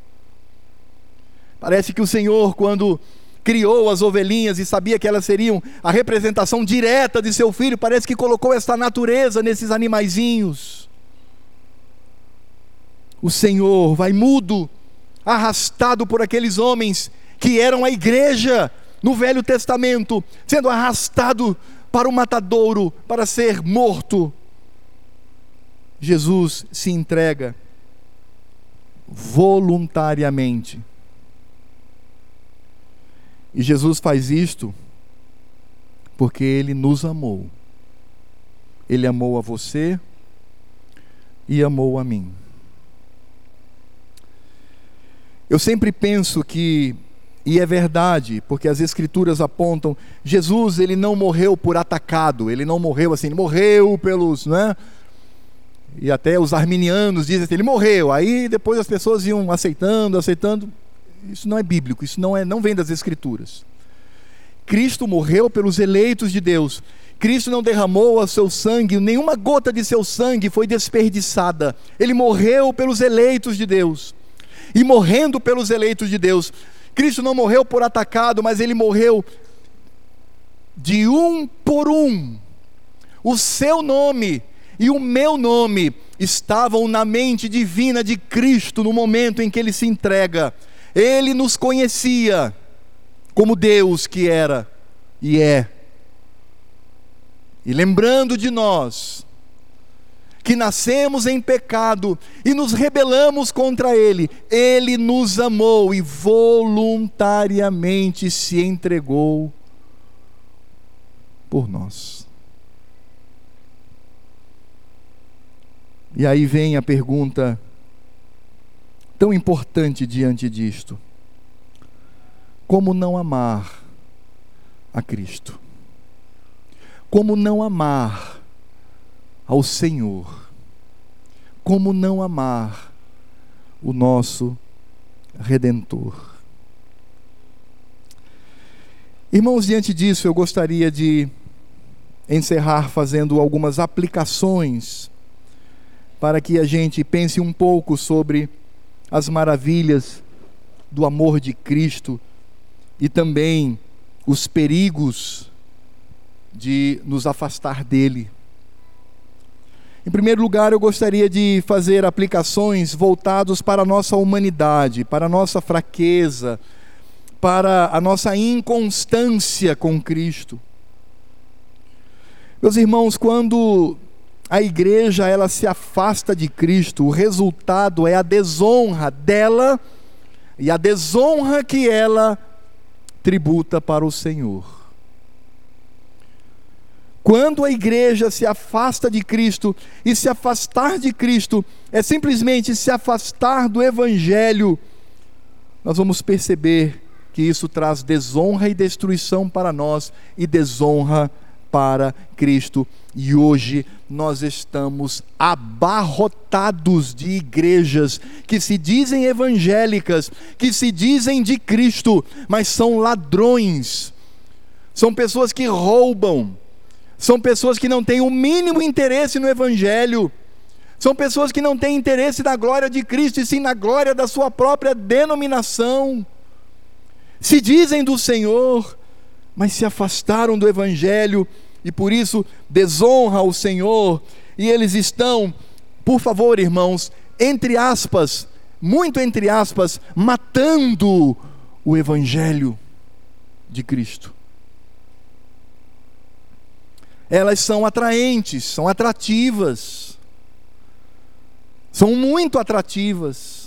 Parece que o Senhor, quando criou as ovelhinhas e sabia que elas seriam a representação direta de seu Filho, parece que colocou essa natureza nesses animaizinhos. O Senhor vai mudo, arrastado por aqueles homens que eram a igreja no Velho Testamento, sendo arrastado para o matadouro, para ser morto. Jesus se entrega voluntariamente. E Jesus faz isto porque Ele nos amou. Ele amou a você e amou a mim. Eu sempre penso que, e é verdade, porque as Escrituras apontam, Jesus, ele não morreu por atacado, ele não morreu assim, ele morreu pelos, não é? E até os arminianos dizem assim, ele morreu, aí depois as pessoas iam aceitando, aceitando. Isso não é bíblico, isso não, é, não vem das Escrituras. Cristo morreu pelos eleitos de Deus. Cristo não derramou o seu sangue, nenhuma gota de seu sangue foi desperdiçada. Ele morreu pelos eleitos de Deus. E morrendo pelos eleitos de Deus, Cristo não morreu por atacado, mas Ele morreu de um por um. O seu nome e o meu nome estavam na mente divina de Cristo no momento em que Ele se entrega. Ele nos conhecia como Deus que era e é. E lembrando de nós, que nascemos em pecado e nos rebelamos contra Ele, Ele nos amou e voluntariamente se entregou por nós. E aí vem a pergunta tão importante diante disto: como não amar a Cristo? Como não amar ao Senhor? Como não amar o nosso Redentor? Irmãos, diante disso eu gostaria de encerrar fazendo algumas aplicações para que a gente pense um pouco sobre as maravilhas do amor de Cristo e também os perigos de nos afastar dele. Em primeiro lugar, eu gostaria de fazer aplicações voltadas para a nossa humanidade, para a nossa fraqueza, para a nossa inconstância com Cristo. Meus irmãos, quando a igreja ela se afasta de Cristo, o resultado é a desonra dela e a desonra que ela tributa para o Senhor. Quando a igreja se afasta de Cristo, e se afastar de Cristo é simplesmente se afastar do Evangelho, nós vamos perceber que isso traz desonra e destruição para nós, e desonra para Cristo. E hoje nós estamos abarrotados de igrejas que se dizem evangélicas, que se dizem de Cristo, mas são ladrões, são pessoas que roubam, são pessoas que não têm o mínimo interesse no evangelho, são pessoas que não têm interesse na glória de Cristo, e sim na glória da sua própria denominação. Se dizem do Senhor, mas se afastaram do evangelho, e por isso desonra o Senhor, e eles estão, por favor, irmãos, entre aspas, muito entre aspas, matando o evangelho de Cristo. Elas são atraentes, são atrativas, são muito atrativas,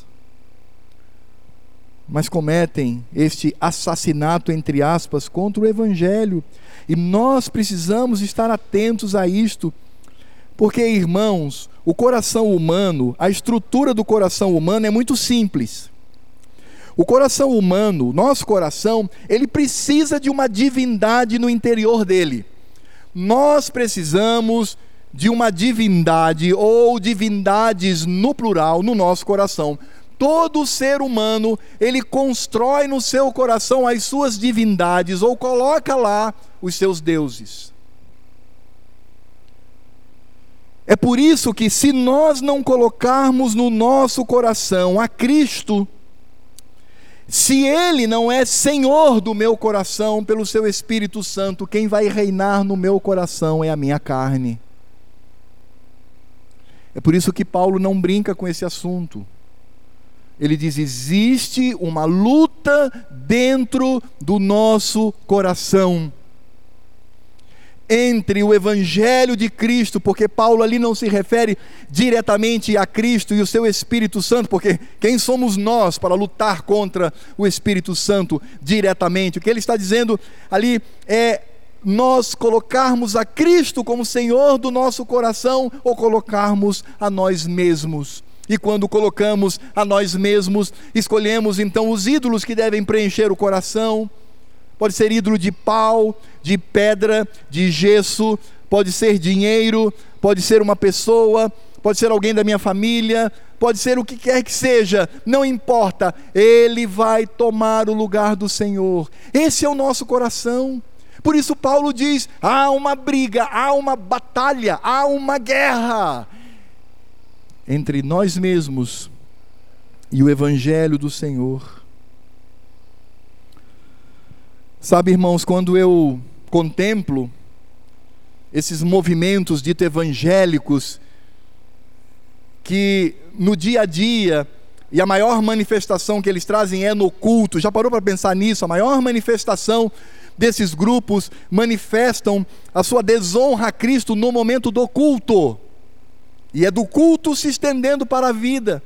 mas cometem este assassinato, entre aspas, contra o evangelho. E nós precisamos estar atentos a isto, porque, irmãos, o coração humano, a estrutura do coração humano é muito simples. O coração humano, nosso coração, ele precisa de uma divindade no interior dele. Nós precisamos de uma divindade, ou divindades no plural, no nosso coração. Todo ser humano, ele constrói no seu coração as suas divindades, ou coloca lá os seus deuses. É por isso que, se nós não colocarmos no nosso coração a Cristo, se Ele não é Senhor do meu coração pelo seu Espírito Santo, quem vai reinar no meu coração é a minha carne. É por isso que Paulo não brinca com esse assunto. Ele diz: existe uma luta dentro do nosso coração entre o Evangelho de Cristo, porque Paulo ali não se refere diretamente a Cristo e o seu Espírito Santo, porque quem somos nós para lutar contra o Espírito Santo diretamente? O que ele está dizendo ali é nós colocarmos a Cristo como Senhor do nosso coração, ou colocarmos a nós mesmos. E quando colocamos a nós mesmos, escolhemos então os ídolos que devem preencher o coração. Pode ser ídolo de pau, de pedra, de gesso, pode ser dinheiro, pode ser uma pessoa, pode ser alguém da minha família, pode ser o que quer que seja, não importa, ele vai tomar o lugar do Senhor. Esse é o nosso coração. Por isso Paulo diz: há uma briga, há uma batalha, há uma guerra entre nós mesmos e o Evangelho do Senhor. Sabe, irmãos, quando eu contemplo esses movimentos dito evangélicos, que no dia a dia, e a maior manifestação que eles trazem é no culto, já parou para pensar nisso? A maior manifestação desses grupos manifestam a sua desonra a Cristo no momento do culto, e é do culto se estendendo para a vida.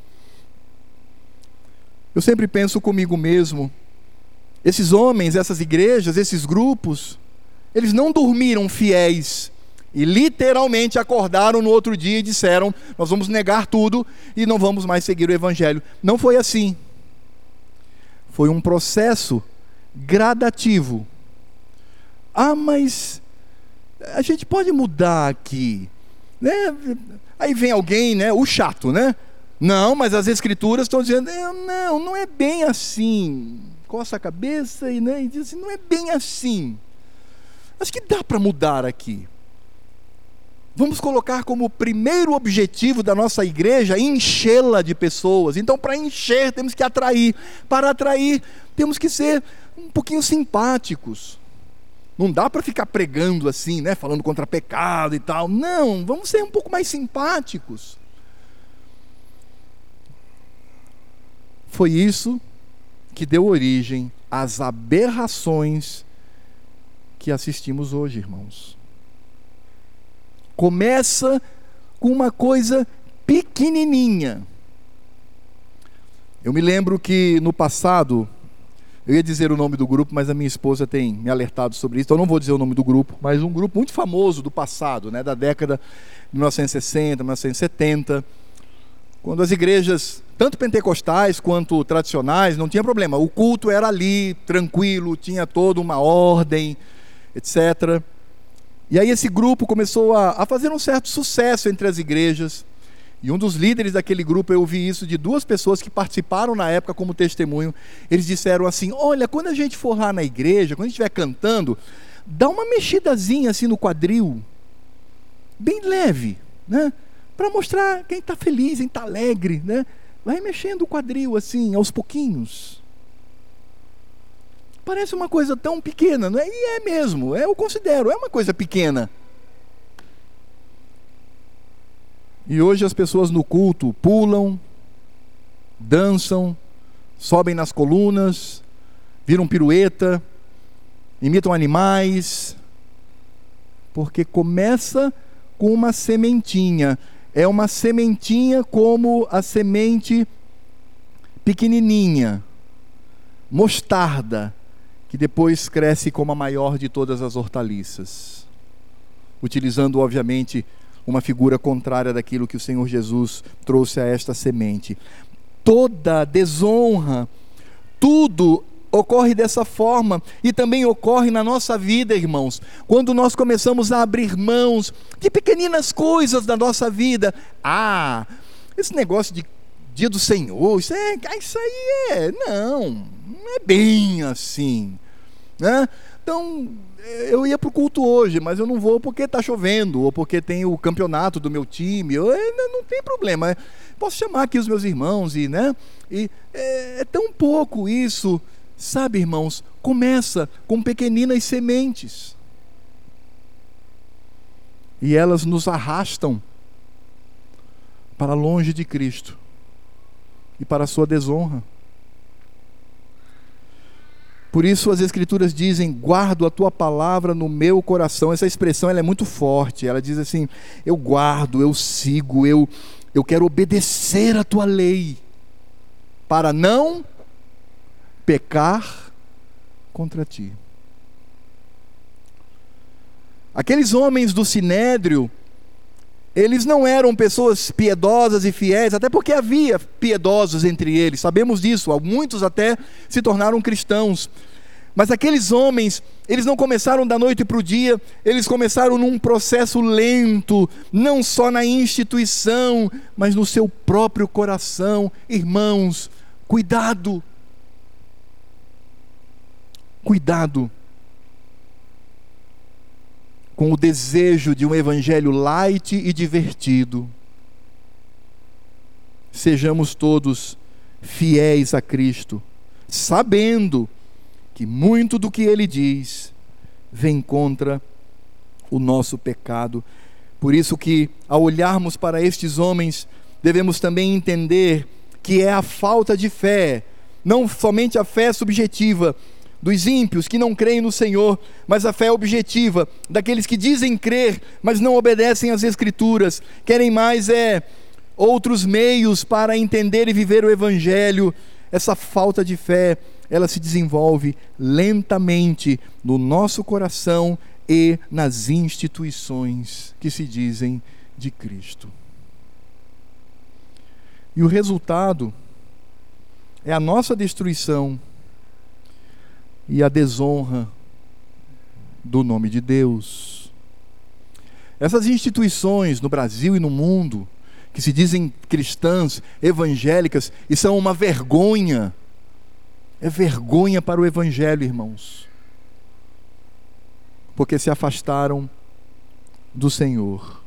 Eu sempre penso comigo mesmo, esses homens, essas igrejas, esses grupos, eles não dormiram fiéis e literalmente acordaram no outro dia e disseram: nós vamos negar tudo e não vamos mais seguir o Evangelho. Não foi assim. Foi um processo gradativo. Ah, mas a gente pode mudar aqui, né? Aí vem alguém, né, o chato, né? Não, mas as escrituras estão dizendo: não, não é bem assim. Coça a cabeça e, né, e diz assim: não é bem assim. Acho que dá para mudar aqui. Vamos colocar como primeiro objetivo da nossa igreja enchê-la de pessoas. Então, para encher, temos que atrair. Para atrair, temos que ser um pouquinho simpáticos. Não dá para ficar pregando assim, né, falando contra pecado e tal. Não, vamos ser um pouco mais simpáticos. Foi isso que deu origem às aberrações que assistimos hoje, irmãos. Começa com uma coisa pequenininha. Eu me lembro que no passado, eu ia dizer o nome do grupo, mas a minha esposa tem me alertado sobre isso, então eu não vou dizer o nome do grupo, mas um grupo muito famoso do passado, né, da década de mil novecentos e sessenta, mil novecentos e setenta, quando as igrejas, tanto pentecostais quanto tradicionais, não tinha problema, o culto era ali, tranquilo, tinha toda uma ordem, etcétera. E aí esse grupo começou a, a fazer um certo sucesso entre as igrejas. E um dos líderes daquele grupo, eu ouvi isso de duas pessoas que participaram na época como testemunho. Eles disseram assim: olha, quando a gente for lá na igreja, quando a gente estiver cantando, dá uma mexidazinha assim no quadril, bem leve, né? Para mostrar quem está feliz, quem está alegre, né? Vai mexendo o quadril assim, aos pouquinhos. Parece uma coisa tão pequena, não é? E é mesmo, eu considero, é uma coisa pequena. E hoje as pessoas no culto pulam, dançam, sobem nas colunas, viram pirueta, imitam animais, porque começa com uma sementinha. É uma sementinha como a semente pequenininha, mostarda, que depois cresce como a maior de todas as hortaliças, utilizando obviamente uma figura contrária daquilo que o Senhor Jesus trouxe a esta semente. Toda desonra, tudo ocorre dessa forma, e também ocorre na nossa vida, irmãos, quando nós começamos a abrir mãos de pequeninas coisas da nossa vida. Ah, esse negócio de dia do Senhor, isso, é, isso aí é, não, não é bem assim, né? Então, eu ia para o culto hoje, mas eu não vou porque está chovendo, ou porque tem o campeonato do meu time, eu, não tem problema, posso chamar aqui os meus irmãos, e, né? e é, é tão pouco isso, sabe, irmãos, começa com pequeninas sementes, e elas nos arrastam para longe de Cristo, e para a sua desonra. Por isso as Escrituras dizem: guardo a tua palavra no meu coração. Essa expressão ela é muito forte. Ela diz assim: eu guardo, eu sigo, eu, eu quero obedecer a tua lei, para não pecar contra ti. Aqueles homens do Sinédrio, eles não eram pessoas piedosas e fiéis, até porque havia piedosos entre eles, sabemos disso, muitos até se tornaram cristãos. Mas aqueles homens, eles não começaram da noite para o dia, eles começaram num processo lento, não só na instituição, mas no seu próprio coração. Irmãos, cuidado, cuidado com o desejo de um evangelho light e divertido. Sejamos todos fiéis a Cristo, sabendo que muito do que Ele diz vem contra o nosso pecado. Por isso que, ao olharmos para estes homens, devemos também entender que é a falta de fé, não somente a fé subjetiva dos ímpios que não creem no Senhor, mas a fé objetiva daqueles que dizem crer, mas não obedecem às Escrituras, querem mais é outros meios para entender e viver o Evangelho. Essa falta de fé, ela se desenvolve lentamente no nosso coração e nas instituições que se dizem de Cristo. E o resultado é a nossa destruição e a desonra do nome de Deus. Essas instituições no Brasil e no mundo, que se dizem cristãs, evangélicas, e são uma vergonha, é vergonha para o Evangelho, irmãos, porque se afastaram do Senhor.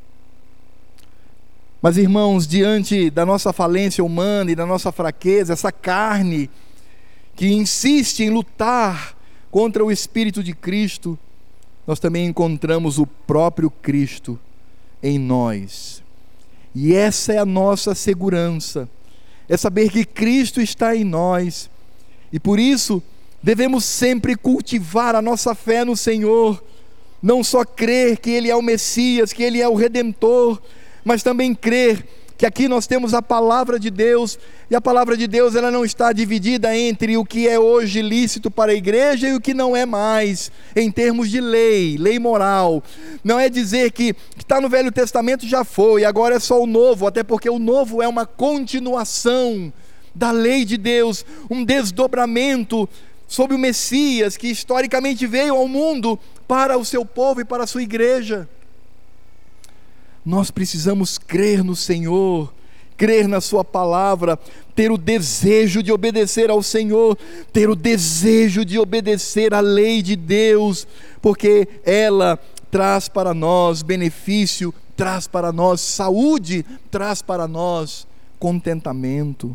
Mas, irmãos, diante da nossa falência humana e da nossa fraqueza, essa carne que insiste em lutar contra o Espírito de Cristo, nós também encontramos o próprio Cristo em nós. E essa é a nossa segurança, é saber que Cristo está em nós, e por isso devemos sempre cultivar a nossa fé no Senhor, não só crer que Ele é o Messias, que Ele é o Redentor, mas também crer que aqui nós temos a palavra de Deus, e a palavra de Deus ela não está dividida entre o que é hoje lícito para a igreja e o que não é mais, em termos de lei, lei moral. Não é dizer que está no Velho Testamento já foi, agora é só o Novo, até porque o Novo é uma continuação da lei de Deus, um desdobramento sobre o Messias que historicamente veio ao mundo para o seu povo e para a sua igreja. Nós precisamos crer no Senhor, crer na sua palavra, ter o desejo de obedecer ao Senhor, ter o desejo de obedecer à lei de Deus, porque ela traz para nós benefício, traz para nós saúde, traz para nós contentamento.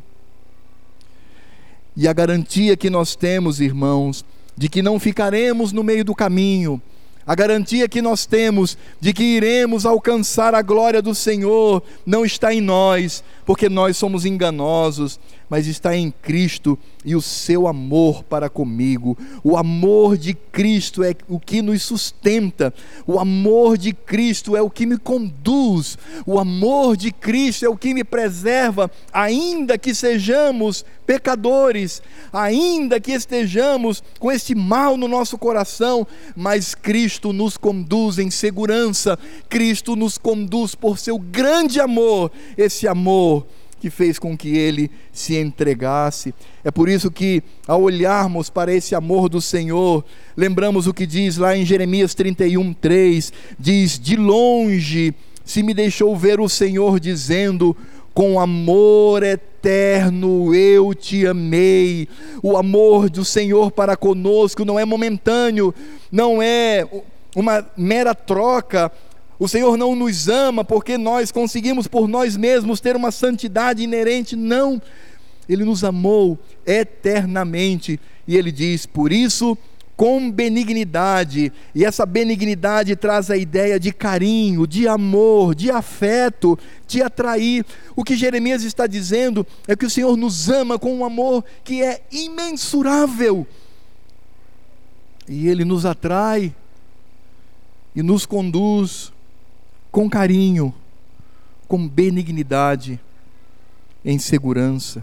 E a garantia que nós temos, irmãos, de que não ficaremos no meio do caminho, a garantia que nós temos de que iremos alcançar a glória do Senhor, não está em nós, porque nós somos enganosos, mas está em Cristo e o seu amor para comigo. O amor de Cristo é o que nos sustenta, o amor de Cristo é o que me conduz, o amor de Cristo é o que me preserva, ainda que sejamos pecadores, ainda que estejamos com este mal no nosso coração, mas Cristo nos conduz em segurança, Cristo nos conduz por seu grande amor, esse amor que fez com que ele se entregasse. É por isso que, ao olharmos para esse amor do Senhor, lembramos o que diz lá em Jeremias trinta e um, três, diz: de longe se me deixou ver o Senhor dizendo, com amor eterno eu te amei. O amor do Senhor para conosco não é momentâneo, não é uma mera troca. O Senhor não nos ama porque nós conseguimos por nós mesmos ter uma santidade inerente, não. Ele nos amou eternamente, e Ele diz, por isso, com benignidade, e essa benignidade traz a ideia de carinho, de amor, de afeto, de atrair. O que Jeremias está dizendo é que o Senhor nos ama com um amor que é imensurável, e Ele nos atrai e nos conduz com carinho, com benignidade, em segurança.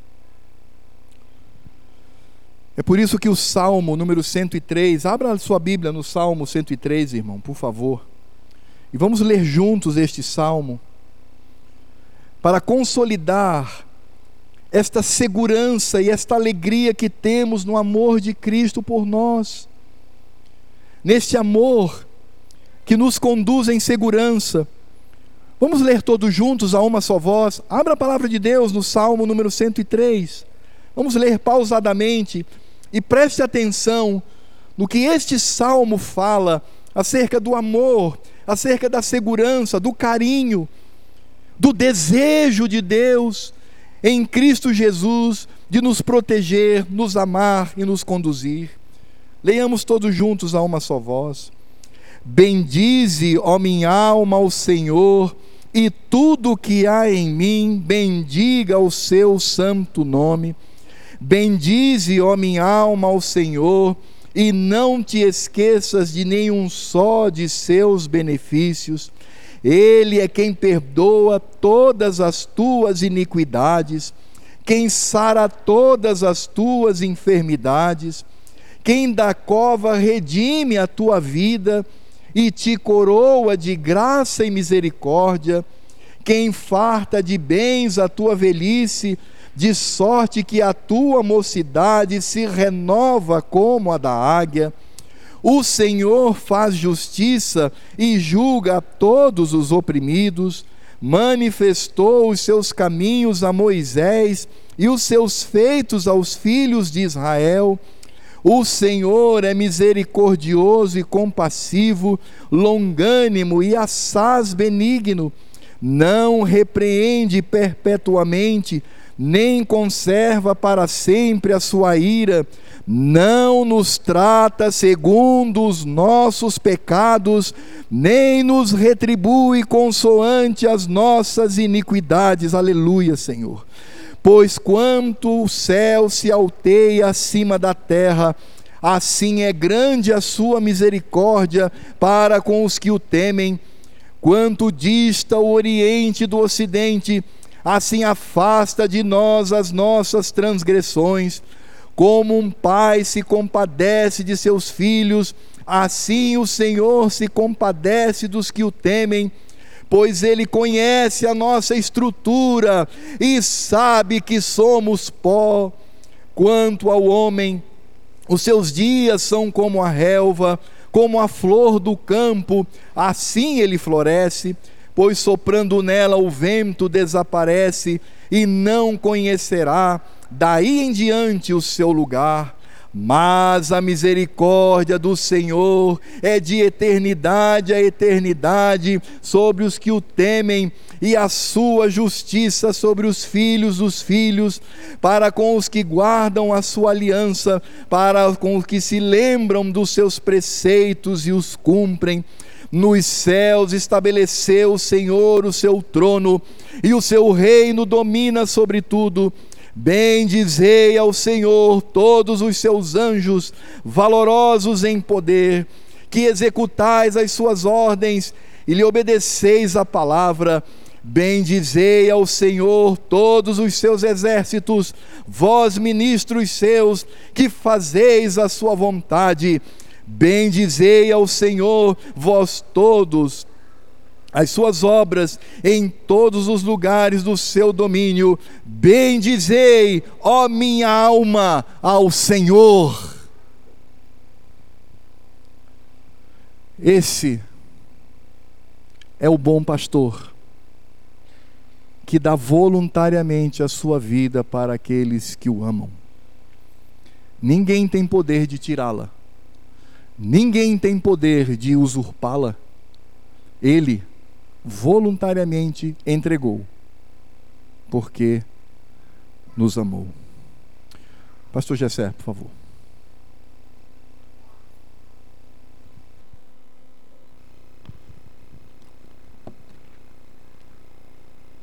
É por isso que o Salmo número cento e três, abra a sua Bíblia no Salmo cento e três, irmão, por favor, e vamos ler juntos este Salmo, para consolidar esta segurança e esta alegria que temos no amor de Cristo por nós, neste amor que nos conduz em segurança. Vamos ler todos juntos a uma só voz. Abra a palavra de Deus no Salmo número cento e três. Vamos ler pausadamente e preste atenção no que este Salmo fala acerca do amor, acerca da segurança, do carinho, do desejo de Deus em Cristo Jesus de nos proteger, nos amar e nos conduzir. Leiamos todos juntos a uma só voz. Bendize, ó minha alma, ao Senhor, e tudo que há em mim, bendiga o seu santo nome. Bendize, ó minha alma, ao Senhor, e não te esqueças de nenhum só de seus benefícios. Ele é quem perdoa todas as tuas iniquidades, quem sara todas as tuas enfermidades, quem da cova redime a tua vida e te coroa de graça e misericórdia, quem farta de bens a tua velhice, de sorte que a tua mocidade se renova como a da águia. O Senhor faz justiça e julga a todos os oprimidos, manifestou os seus caminhos a Moisés e os seus feitos aos filhos de Israel. O Senhor é misericordioso e compassivo, longânimo e assaz benigno, não repreende perpetuamente, nem conserva para sempre a sua ira, não nos trata segundo os nossos pecados, nem nos retribui consoante as nossas iniquidades. Aleluia, Senhor. Pois quanto o céu se alteia acima da terra, assim é grande a sua misericórdia para com os que o temem. Quanto dista o oriente do ocidente, assim afasta de nós as nossas transgressões. Como um pai se compadece de seus filhos, assim o Senhor se compadece dos que o temem, pois Ele conhece a nossa estrutura e sabe que somos pó. Quanto ao homem, Os seus dias são como a relva, como a flor do campo, assim ele floresce, pois soprando nela o vento desaparece e não conhecerá daí em diante o seu lugar. Mas a misericórdia do Senhor é de eternidade a eternidade sobre os que o temem, e a sua justiça sobre os filhos dos filhos, para com os que guardam a sua aliança, para com os que se lembram dos seus preceitos e os cumprem. Nos céus estabeleceu o Senhor o seu trono, e o seu reino domina sobre tudo. Bendizei ao Senhor todos os seus anjos, valorosos em poder, que executais as suas ordens e lhe obedeceis a palavra. Bendizei ao Senhor todos os seus exércitos, vós ministros seus, que fazeis a sua vontade. Bendizei ao Senhor, vós todos, as suas obras em todos os lugares do seu domínio. Bendizei, ó minha alma, ao Senhor. Esse é o bom pastor, que dá voluntariamente a sua vida para aqueles que o amam. Ninguém tem poder de tirá-la, ninguém tem poder de usurpá-la. Ele voluntariamente entregou, porque nos amou. Pastor Gessé, por favor.